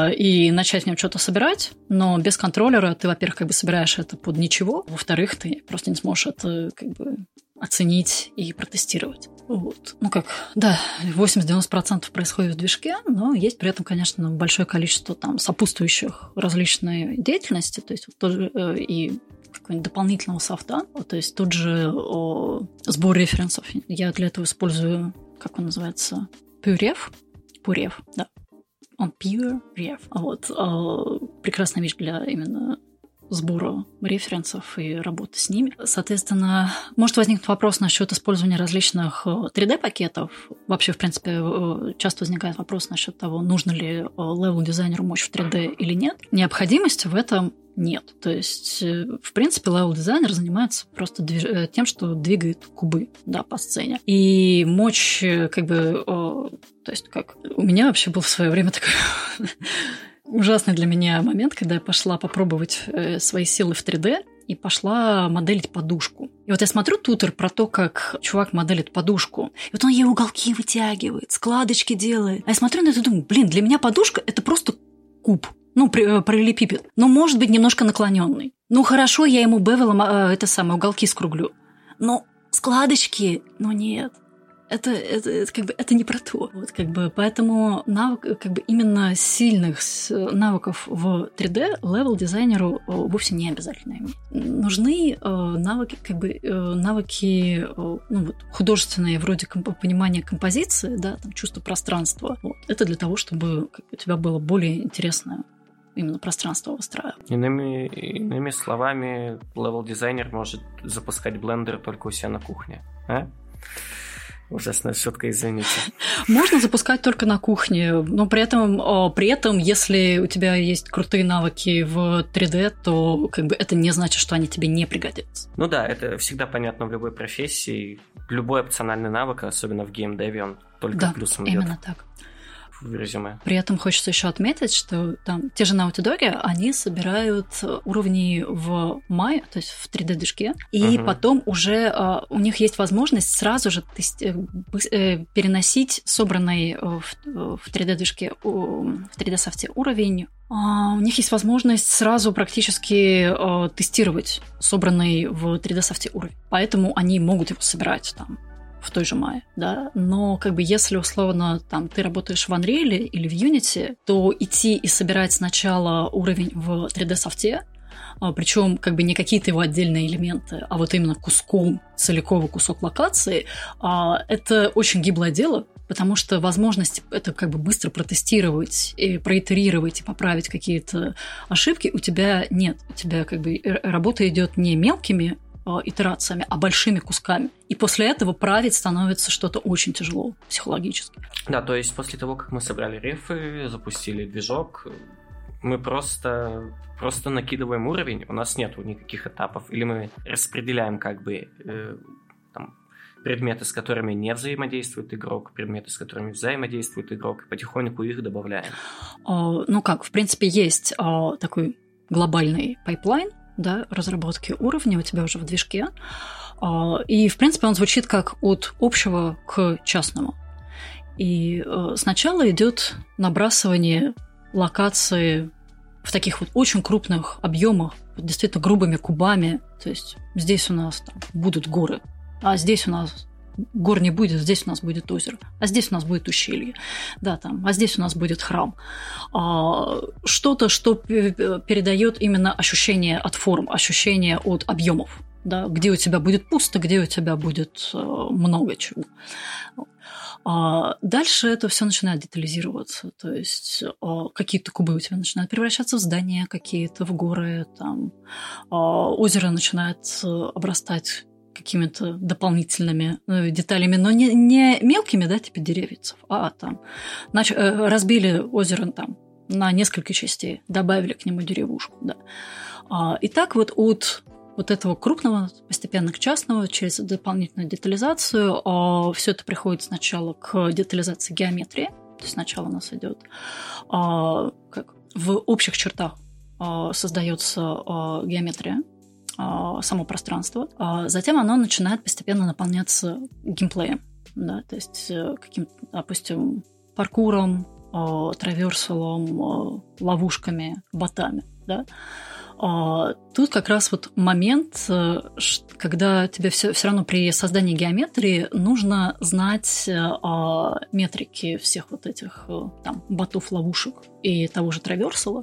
и начать в нем что-то собирать, но без контроллера ты, во-первых, как бы собираешь это под ничего, во-вторых, ты просто не сможешь это как бы оценить и протестировать. Вот. Ну как, да, 80-90% происходит в движке, но есть при этом, конечно, большое количество там сопутствующих различной деятельности, то есть вот тоже и какого-нибудь дополнительного софта, то есть тот же сбор референсов. Я для этого использую, как он называется, Puref, да. Он Puref. Вот. Прекрасная вещь для именно сбора референсов и работы с ними. Соответственно, может возникнуть вопрос насчет использования различных 3D-пакетов. Вообще, в принципе, часто возникает вопрос насчет того, нужно ли левел-дизайнеру мощь в 3D или нет. Необходимости в этом нет. То есть, в принципе, левел-дизайнер занимается просто тем, что двигает кубы, да, по сцене. И мощь, как бы, то есть, как у меня вообще был в свое время такой ужасный для меня момент, когда я пошла попробовать свои силы в 3D и пошла моделить подушку. И вот я смотрю тутор про то, как чувак моделит подушку. И вот он ей уголки вытягивает, складочки делает. А я смотрю на это и думаю, для меня подушка – это просто куб. Ну, параллелепипед. Но, может быть, немножко наклоненный. Ну, хорошо, я ему бевелом уголки скруглю. Но складочки, ну, нет. Это как бы это не про то. Вот, как бы, поэтому навык, как бы именно сильных навыков в 3D левел-дизайнеру вовсе не обязательно иметь. Нужны навыки, как бы, навыки художественные, вроде понимания композиции, да, там, чувство пространства. Вот. Это для того, чтобы как бы, у тебя было более интересное именно пространство выстраивать. Иными словами, левел-дизайнер может запускать блендер только у себя на кухне. А? Ужасная шутка, извините. Можно запускать только на кухне, но при этом, если у тебя есть крутые навыки в 3D, то как бы это не значит, что они тебе не пригодятся. Ну да, это всегда понятно в любой профессии. Любой опциональный навык, особенно в геймдеве, он только плюсом идет. Да, именно так. В резюме. При этом хочется еще отметить, что там те же Naughty Dog, они собирают уровни в Maya, то есть в 3D-движке, и потом уже у них есть возможность сразу же переносить собранный в 3D-движке, в 3D-софте уровень У них есть возможность сразу практически тестировать собранный в 3D-софте уровень. Поэтому они могут его собирать там в той же Maya, да, но как бы если условно там ты работаешь в Unreal или в Unity, то идти и собирать сначала уровень в 3D-софте, причем как бы не какие-то его отдельные элементы, а вот именно куском, целиковый кусок локации, это очень гиблое дело, потому что возможность это как бы быстро протестировать, и проитерировать и поправить какие-то ошибки у тебя нет. У тебя как бы работа идет не мелкими итерациями, а большими кусками. И после этого править становится что-то очень тяжело психологически. Да, то есть после того, как мы собрали рефы, запустили движок, мы просто накидываем уровень, у нас нету никаких этапов, или мы распределяем как бы там, предметы, с которыми не взаимодействует игрок, предметы, с которыми взаимодействует игрок, и потихоньку их добавляем. Ну как, в принципе, есть такой глобальный пайплайн, да, разработки уровня у тебя уже в движке. И, в принципе, он звучит как от общего к частному. И сначала идет набрасывание локации в таких вот очень крупных объемах, действительно грубыми кубами. То есть здесь у нас там будут горы, а здесь у нас гор не будет, здесь у нас будет озеро, а здесь у нас будет ущелье, да, там, а здесь у нас будет храм. Что-то, что передает именно ощущение от форм, ощущение от объемов, да, где у тебя будет пусто, где у тебя будет много чего. Дальше это все начинает детализироваться, то есть какие-то кубы у тебя начинают превращаться в здания, какие-то в горы, там, озеро начинает обрастать какими-то дополнительными деталями, но не мелкими, да, типа деревьев, а там разбили озеро там на несколько частей, добавили к нему деревушку, да. И так вот от вот этого крупного постепенно к частному через дополнительную детализацию все это приходит сначала к детализации геометрии, то есть сначала у нас идет как в общих чертах создается геометрия, само пространство, затем оно начинает постепенно наполняться геймплеем, да, то есть каким-то, допустим, паркуром, траверсалом, ловушками, ботами, да. Тут как раз вот момент, когда тебе все равно при создании геометрии нужно знать метрики всех вот этих там ботов, ловушек и того же траверсала,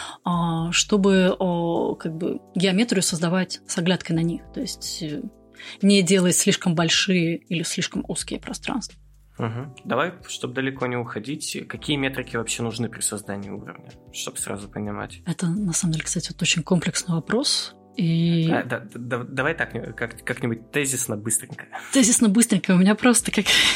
чтобы как бы геометрию создавать с оглядкой на них, то есть не делать слишком большие или слишком узкие пространства. Угу. Давай, чтобы далеко не уходить, какие метрики вообще нужны при создании уровня, чтобы сразу понимать? Это, на самом деле, кстати, вот очень комплексный вопрос. И... Давай так, как-нибудь тезисно, быстренько. Тезисно, быстренько. У меня просто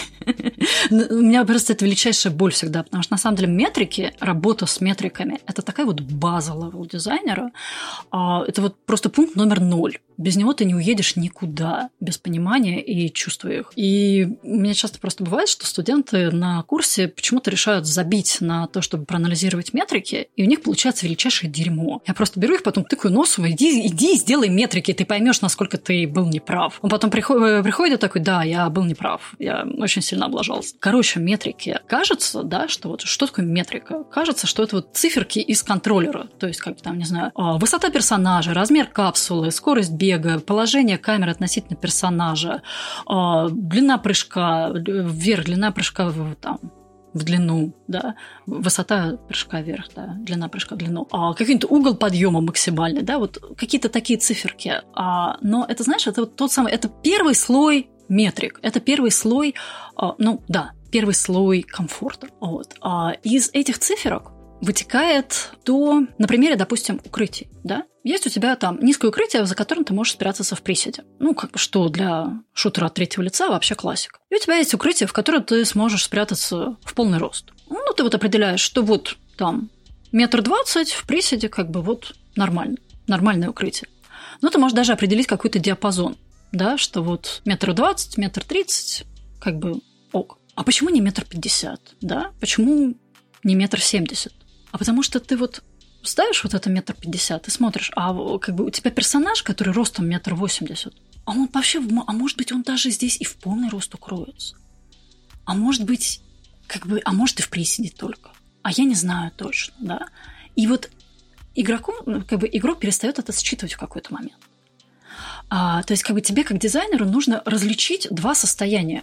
У меня просто это величайшая боль всегда, потому что, на самом деле, метрики, работа с метриками – это такая вот база левел-дизайнера. Это вот просто пункт номер 0. Без него ты не уедешь никуда, без понимания и чувства их. И у меня часто просто бывает, что студенты на курсе почему-то решают забить на то, чтобы проанализировать метрики, и у них получается величайшее дерьмо. Я просто беру их, потом тыкаю носом, иди и сделай метрики, ты поймешь, насколько ты был неправ. Он потом приходит такой, да, я был неправ, я очень сильно облажался. Короче, метрики. Кажется, да, что вот что такое метрика? Кажется, что это вот циферки из контроллера, то есть, как там, не знаю, высота персонажа, размер капсулы, скорость бега, положение камеры относительно персонажа, длина прыжка вверх, длина прыжка в длину, да, высота прыжка вверх, да, длина прыжка в длину, какой-нибудь угол подъема максимальный, да, вот какие-то такие циферки. Но это, знаешь, это вот тот самый, это первый слой метрик, это первый слой, первый слой комфорта. Вот. Из этих циферок вытекает то, на примере, допустим, укрытий, да? Есть у тебя там низкое укрытие, за которым ты можешь спрятаться в приседе. Ну, как бы, что для шутера от третьего лица вообще классика. И у тебя есть укрытие, в котором ты сможешь спрятаться в полный рост. Ну, ты вот определяешь, что вот там 1,20 метра в приседе, как бы вот нормальное укрытие. Ну, ты можешь даже определить какой-то диапазон, да, что вот 1,20 метра, 1,30 метра, как бы ок. А почему не 1,50 метра, да? Почему не 1,70 метра? А потому что ты вот ставишь вот это 1,50 метра и смотришь, как бы у тебя персонаж, который ростом 1,80 метра, он вообще, может быть, он даже здесь и в полный рост укроется. А может быть, может и в приседе только. А я не знаю точно, да. И вот игроку, как бы игрок перестает это считывать в какой-то момент. То есть как бы тебе, как дизайнеру, нужно различить два состояния.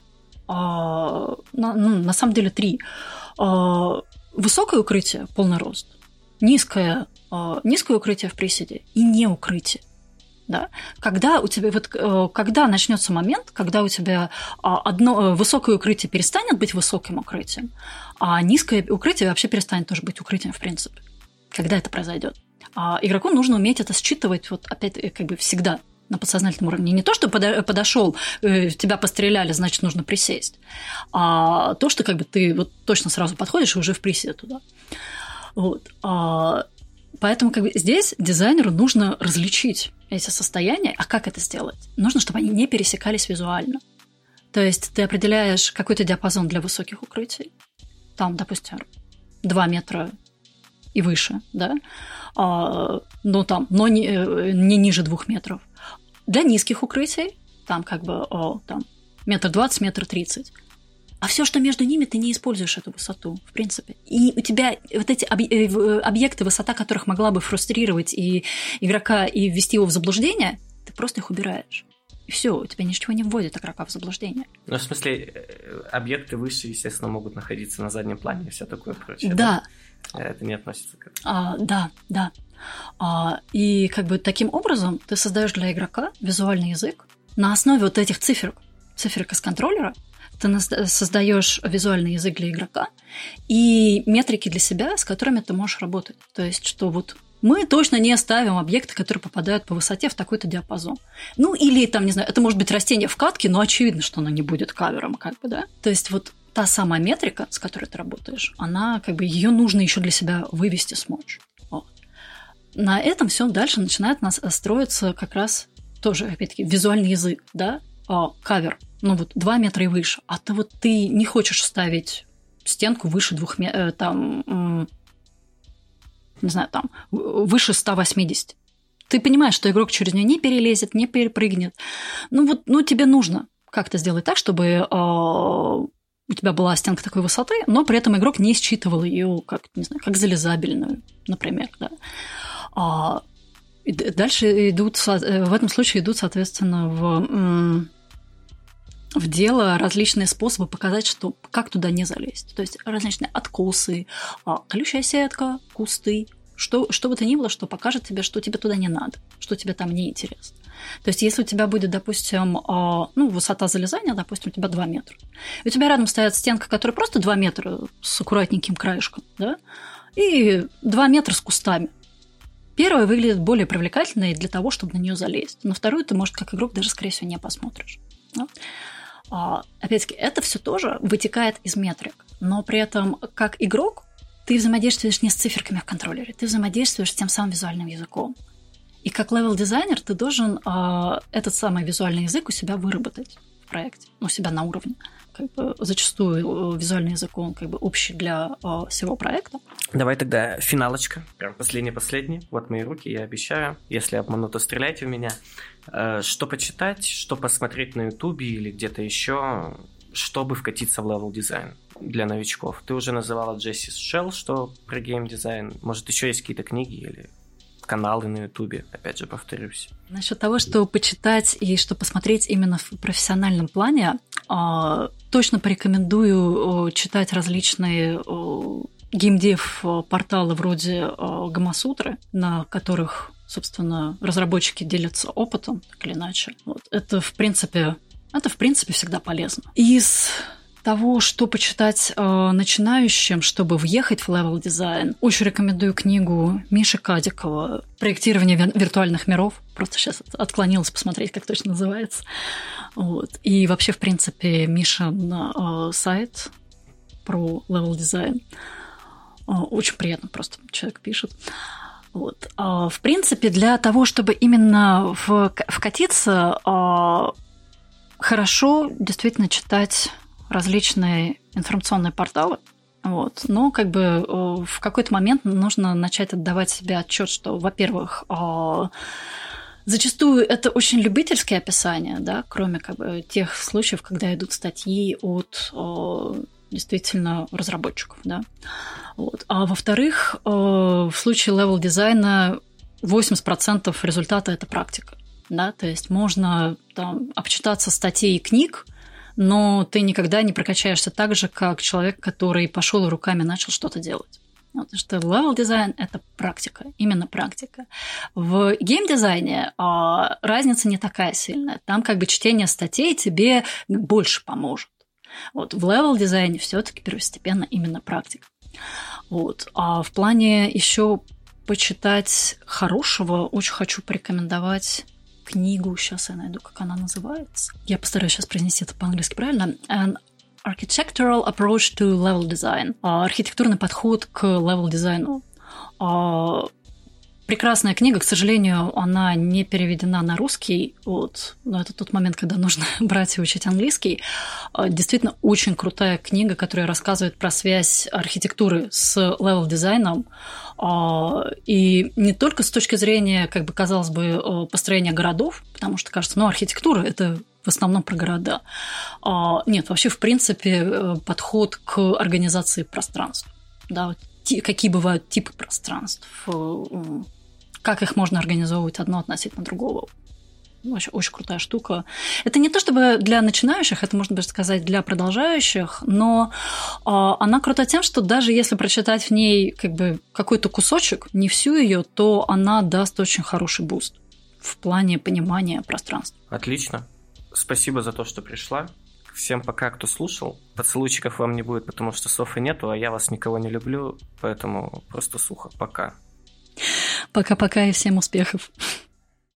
На самом деле 3. Высокое укрытие, полный рост, низкое укрытие в приседе и не укрытие. Да? Когда у тебя когда начнется момент, когда у тебя одно высокое укрытие перестанет быть высоким укрытием, а низкое укрытие вообще перестанет тоже быть укрытием в принципе. Когда это произойдет? Игроку нужно уметь это считывать вот опять как бы всегда на подсознательном уровне. Не то, что подошел, тебя постреляли, значит, нужно присесть, а то, что как бы ты вот точно сразу подходишь и уже в приседе туда. Вот. Поэтому как бы здесь дизайнеру нужно различить эти состояния. А как это сделать? Нужно, чтобы они не пересекались визуально. То есть ты определяешь какой-то диапазон для высоких укрытий, там, допустим, 2 метра и выше, да, но не ниже 2 метров. Для низких укрытий там как бы там 1,20 м, 1,30 м. А все, что между ними, ты не используешь эту высоту, в принципе. И у тебя вот эти объекты, высота которых могла бы фрустрировать и игрока и ввести его в заблуждение, ты просто их убираешь. И все, у тебя ничего не вводит игрока в заблуждение. Ну, в смысле, объекты выше, естественно, могут находиться на заднем плане и все такое прочее. Да. Это не относится к этому. Да. И как бы таким образом ты создаешь для игрока визуальный язык на основе вот этих циферок из контроллера. Ты создаешь визуальный язык для игрока и метрики для себя, с которыми ты можешь работать. То есть, что вот мы точно не ставим объекты, которые попадают по высоте в такой-то диапазон. Ну, или там, не знаю, это может быть растение в катке, но очевидно, что оно не будет кавером, как бы, да. То есть, вот та самая метрика, с которой ты работаешь, она, как бы, ее нужно еще для себя вывести смочь. Вот. На этом все дальше начинает строиться как раз тоже, опять-таки, визуальный язык, да, кавер. Ну вот 2 метра и выше, а то вот ты не хочешь ставить стенку выше 2 метров, там, не знаю, там, выше 180. Ты понимаешь, что игрок через нее не перелезет, не перепрыгнет. Ну тебе нужно как-то сделать так, чтобы у тебя была стенка такой высоты, но при этом игрок не считывал ее как, не знаю, как залезабельную, например, да. И дальше в этом случае идут, соответственно, в дело различные способы показать, как туда не залезть. То есть различные откосы, колючая сетка, кусты, что бы то ни было, что покажет тебе, что тебе туда не надо, что тебе там не интересно. То есть если у тебя будет, допустим, высота залезания, допустим, у тебя 2 метра, и у тебя рядом стоит стенка, которая просто 2 метра с аккуратненьким краешком, да, и 2 метра с кустами. Первая выглядит более привлекательной для того, чтобы на нее залезть. На вторую ты, может, как игрок даже, скорее всего, не посмотришь. Да? Опять-таки, это все тоже вытекает из метрик. Но при этом, как игрок, ты взаимодействуешь не с циферками в контроллере, ты взаимодействуешь с тем самым визуальным языком. И как левел-дизайнер ты должен этот самый визуальный язык у себя выработать в проекте, у себя на уровне. Как бы зачастую визуальный язык, он как бы общий для всего проекта. Давай тогда финалочка. Прям последний. Вот мои руки, я обещаю. Если обману, то стреляйте в меня. Что почитать, что посмотреть на Ютубе или где-то еще, чтобы вкатиться в левел-дизайн для новичков. Ты уже называла Джесси Шелл, что про гейм-дизайн. Может, еще есть какие-то книги или каналы на Ютубе, опять же, повторюсь. Насчет того, что почитать и что посмотреть именно в профессиональном плане, точно порекомендую читать различные геймдев-порталы вроде Гамасутры, на которых, собственно, разработчики делятся опытом, так или иначе. Вот. Это, в принципе, всегда полезно. Из того, что почитать начинающим, чтобы въехать в левел-дизайн, очень рекомендую книгу Миши Кадикова «Проектирование виртуальных миров». Просто сейчас отклонилась посмотреть, как точно называется. Вот. И вообще, в принципе, Мишин сайт про левел-дизайн. Очень приятно просто человек пишет. Вот. В принципе, для того, чтобы именно вкатиться, хорошо действительно читать различные информационные порталы. Вот. Но как бы в какой-то момент нужно начать отдавать себе отчет, что, во-первых, зачастую это очень любительские описания, да, кроме как бы тех случаев, когда идут статьи от действительно разработчиков, да. Вот. А во-вторых, в случае левел-дизайна 80% результата – это практика. Да? То есть можно там обчитаться статей и книг, но ты никогда не прокачаешься так же, как человек, который пошел и руками начал что-то делать. Потому что левел-дизайн – это практика, именно практика. В геймдизайне разница не такая сильная. Там как бы чтение статей тебе больше поможет. Вот. В левел-дизайне все-таки первостепенно именно практика. Вот. А в плане еще почитать хорошего, очень хочу порекомендовать книгу. Сейчас я найду, как она называется. Я постараюсь сейчас произнести это по-английски правильно. Architectural Approach to Level Design. Архитектурный подход к левел-дизайну. Прекрасная книга, к сожалению, она не переведена на русский, вот, но это тот момент, когда нужно брать и учить английский. Действительно, очень крутая книга, которая рассказывает про связь архитектуры с левел-дизайном, и не только с точки зрения, как бы, казалось бы, построения городов, потому что, кажется, архитектура – это в основном про города. Нет, вообще, в принципе, подход к организации пространств. Да, какие бывают типы пространств, как их можно организовывать одно относительно другого. Очень, очень крутая штука. Это не то чтобы для начинающих, это, можно даже сказать, для продолжающих, но она крута тем, что даже если прочитать в ней как бы какой-то кусочек, не всю ее, то она даст очень хороший буст в плане понимания пространства. Отлично. Спасибо за то, что пришла. Всем пока, кто слушал. Поцелуйчиков вам не будет, потому что Софы нету, а я вас никого не люблю, поэтому просто сухо. Пока. Пока-пока и всем успехов.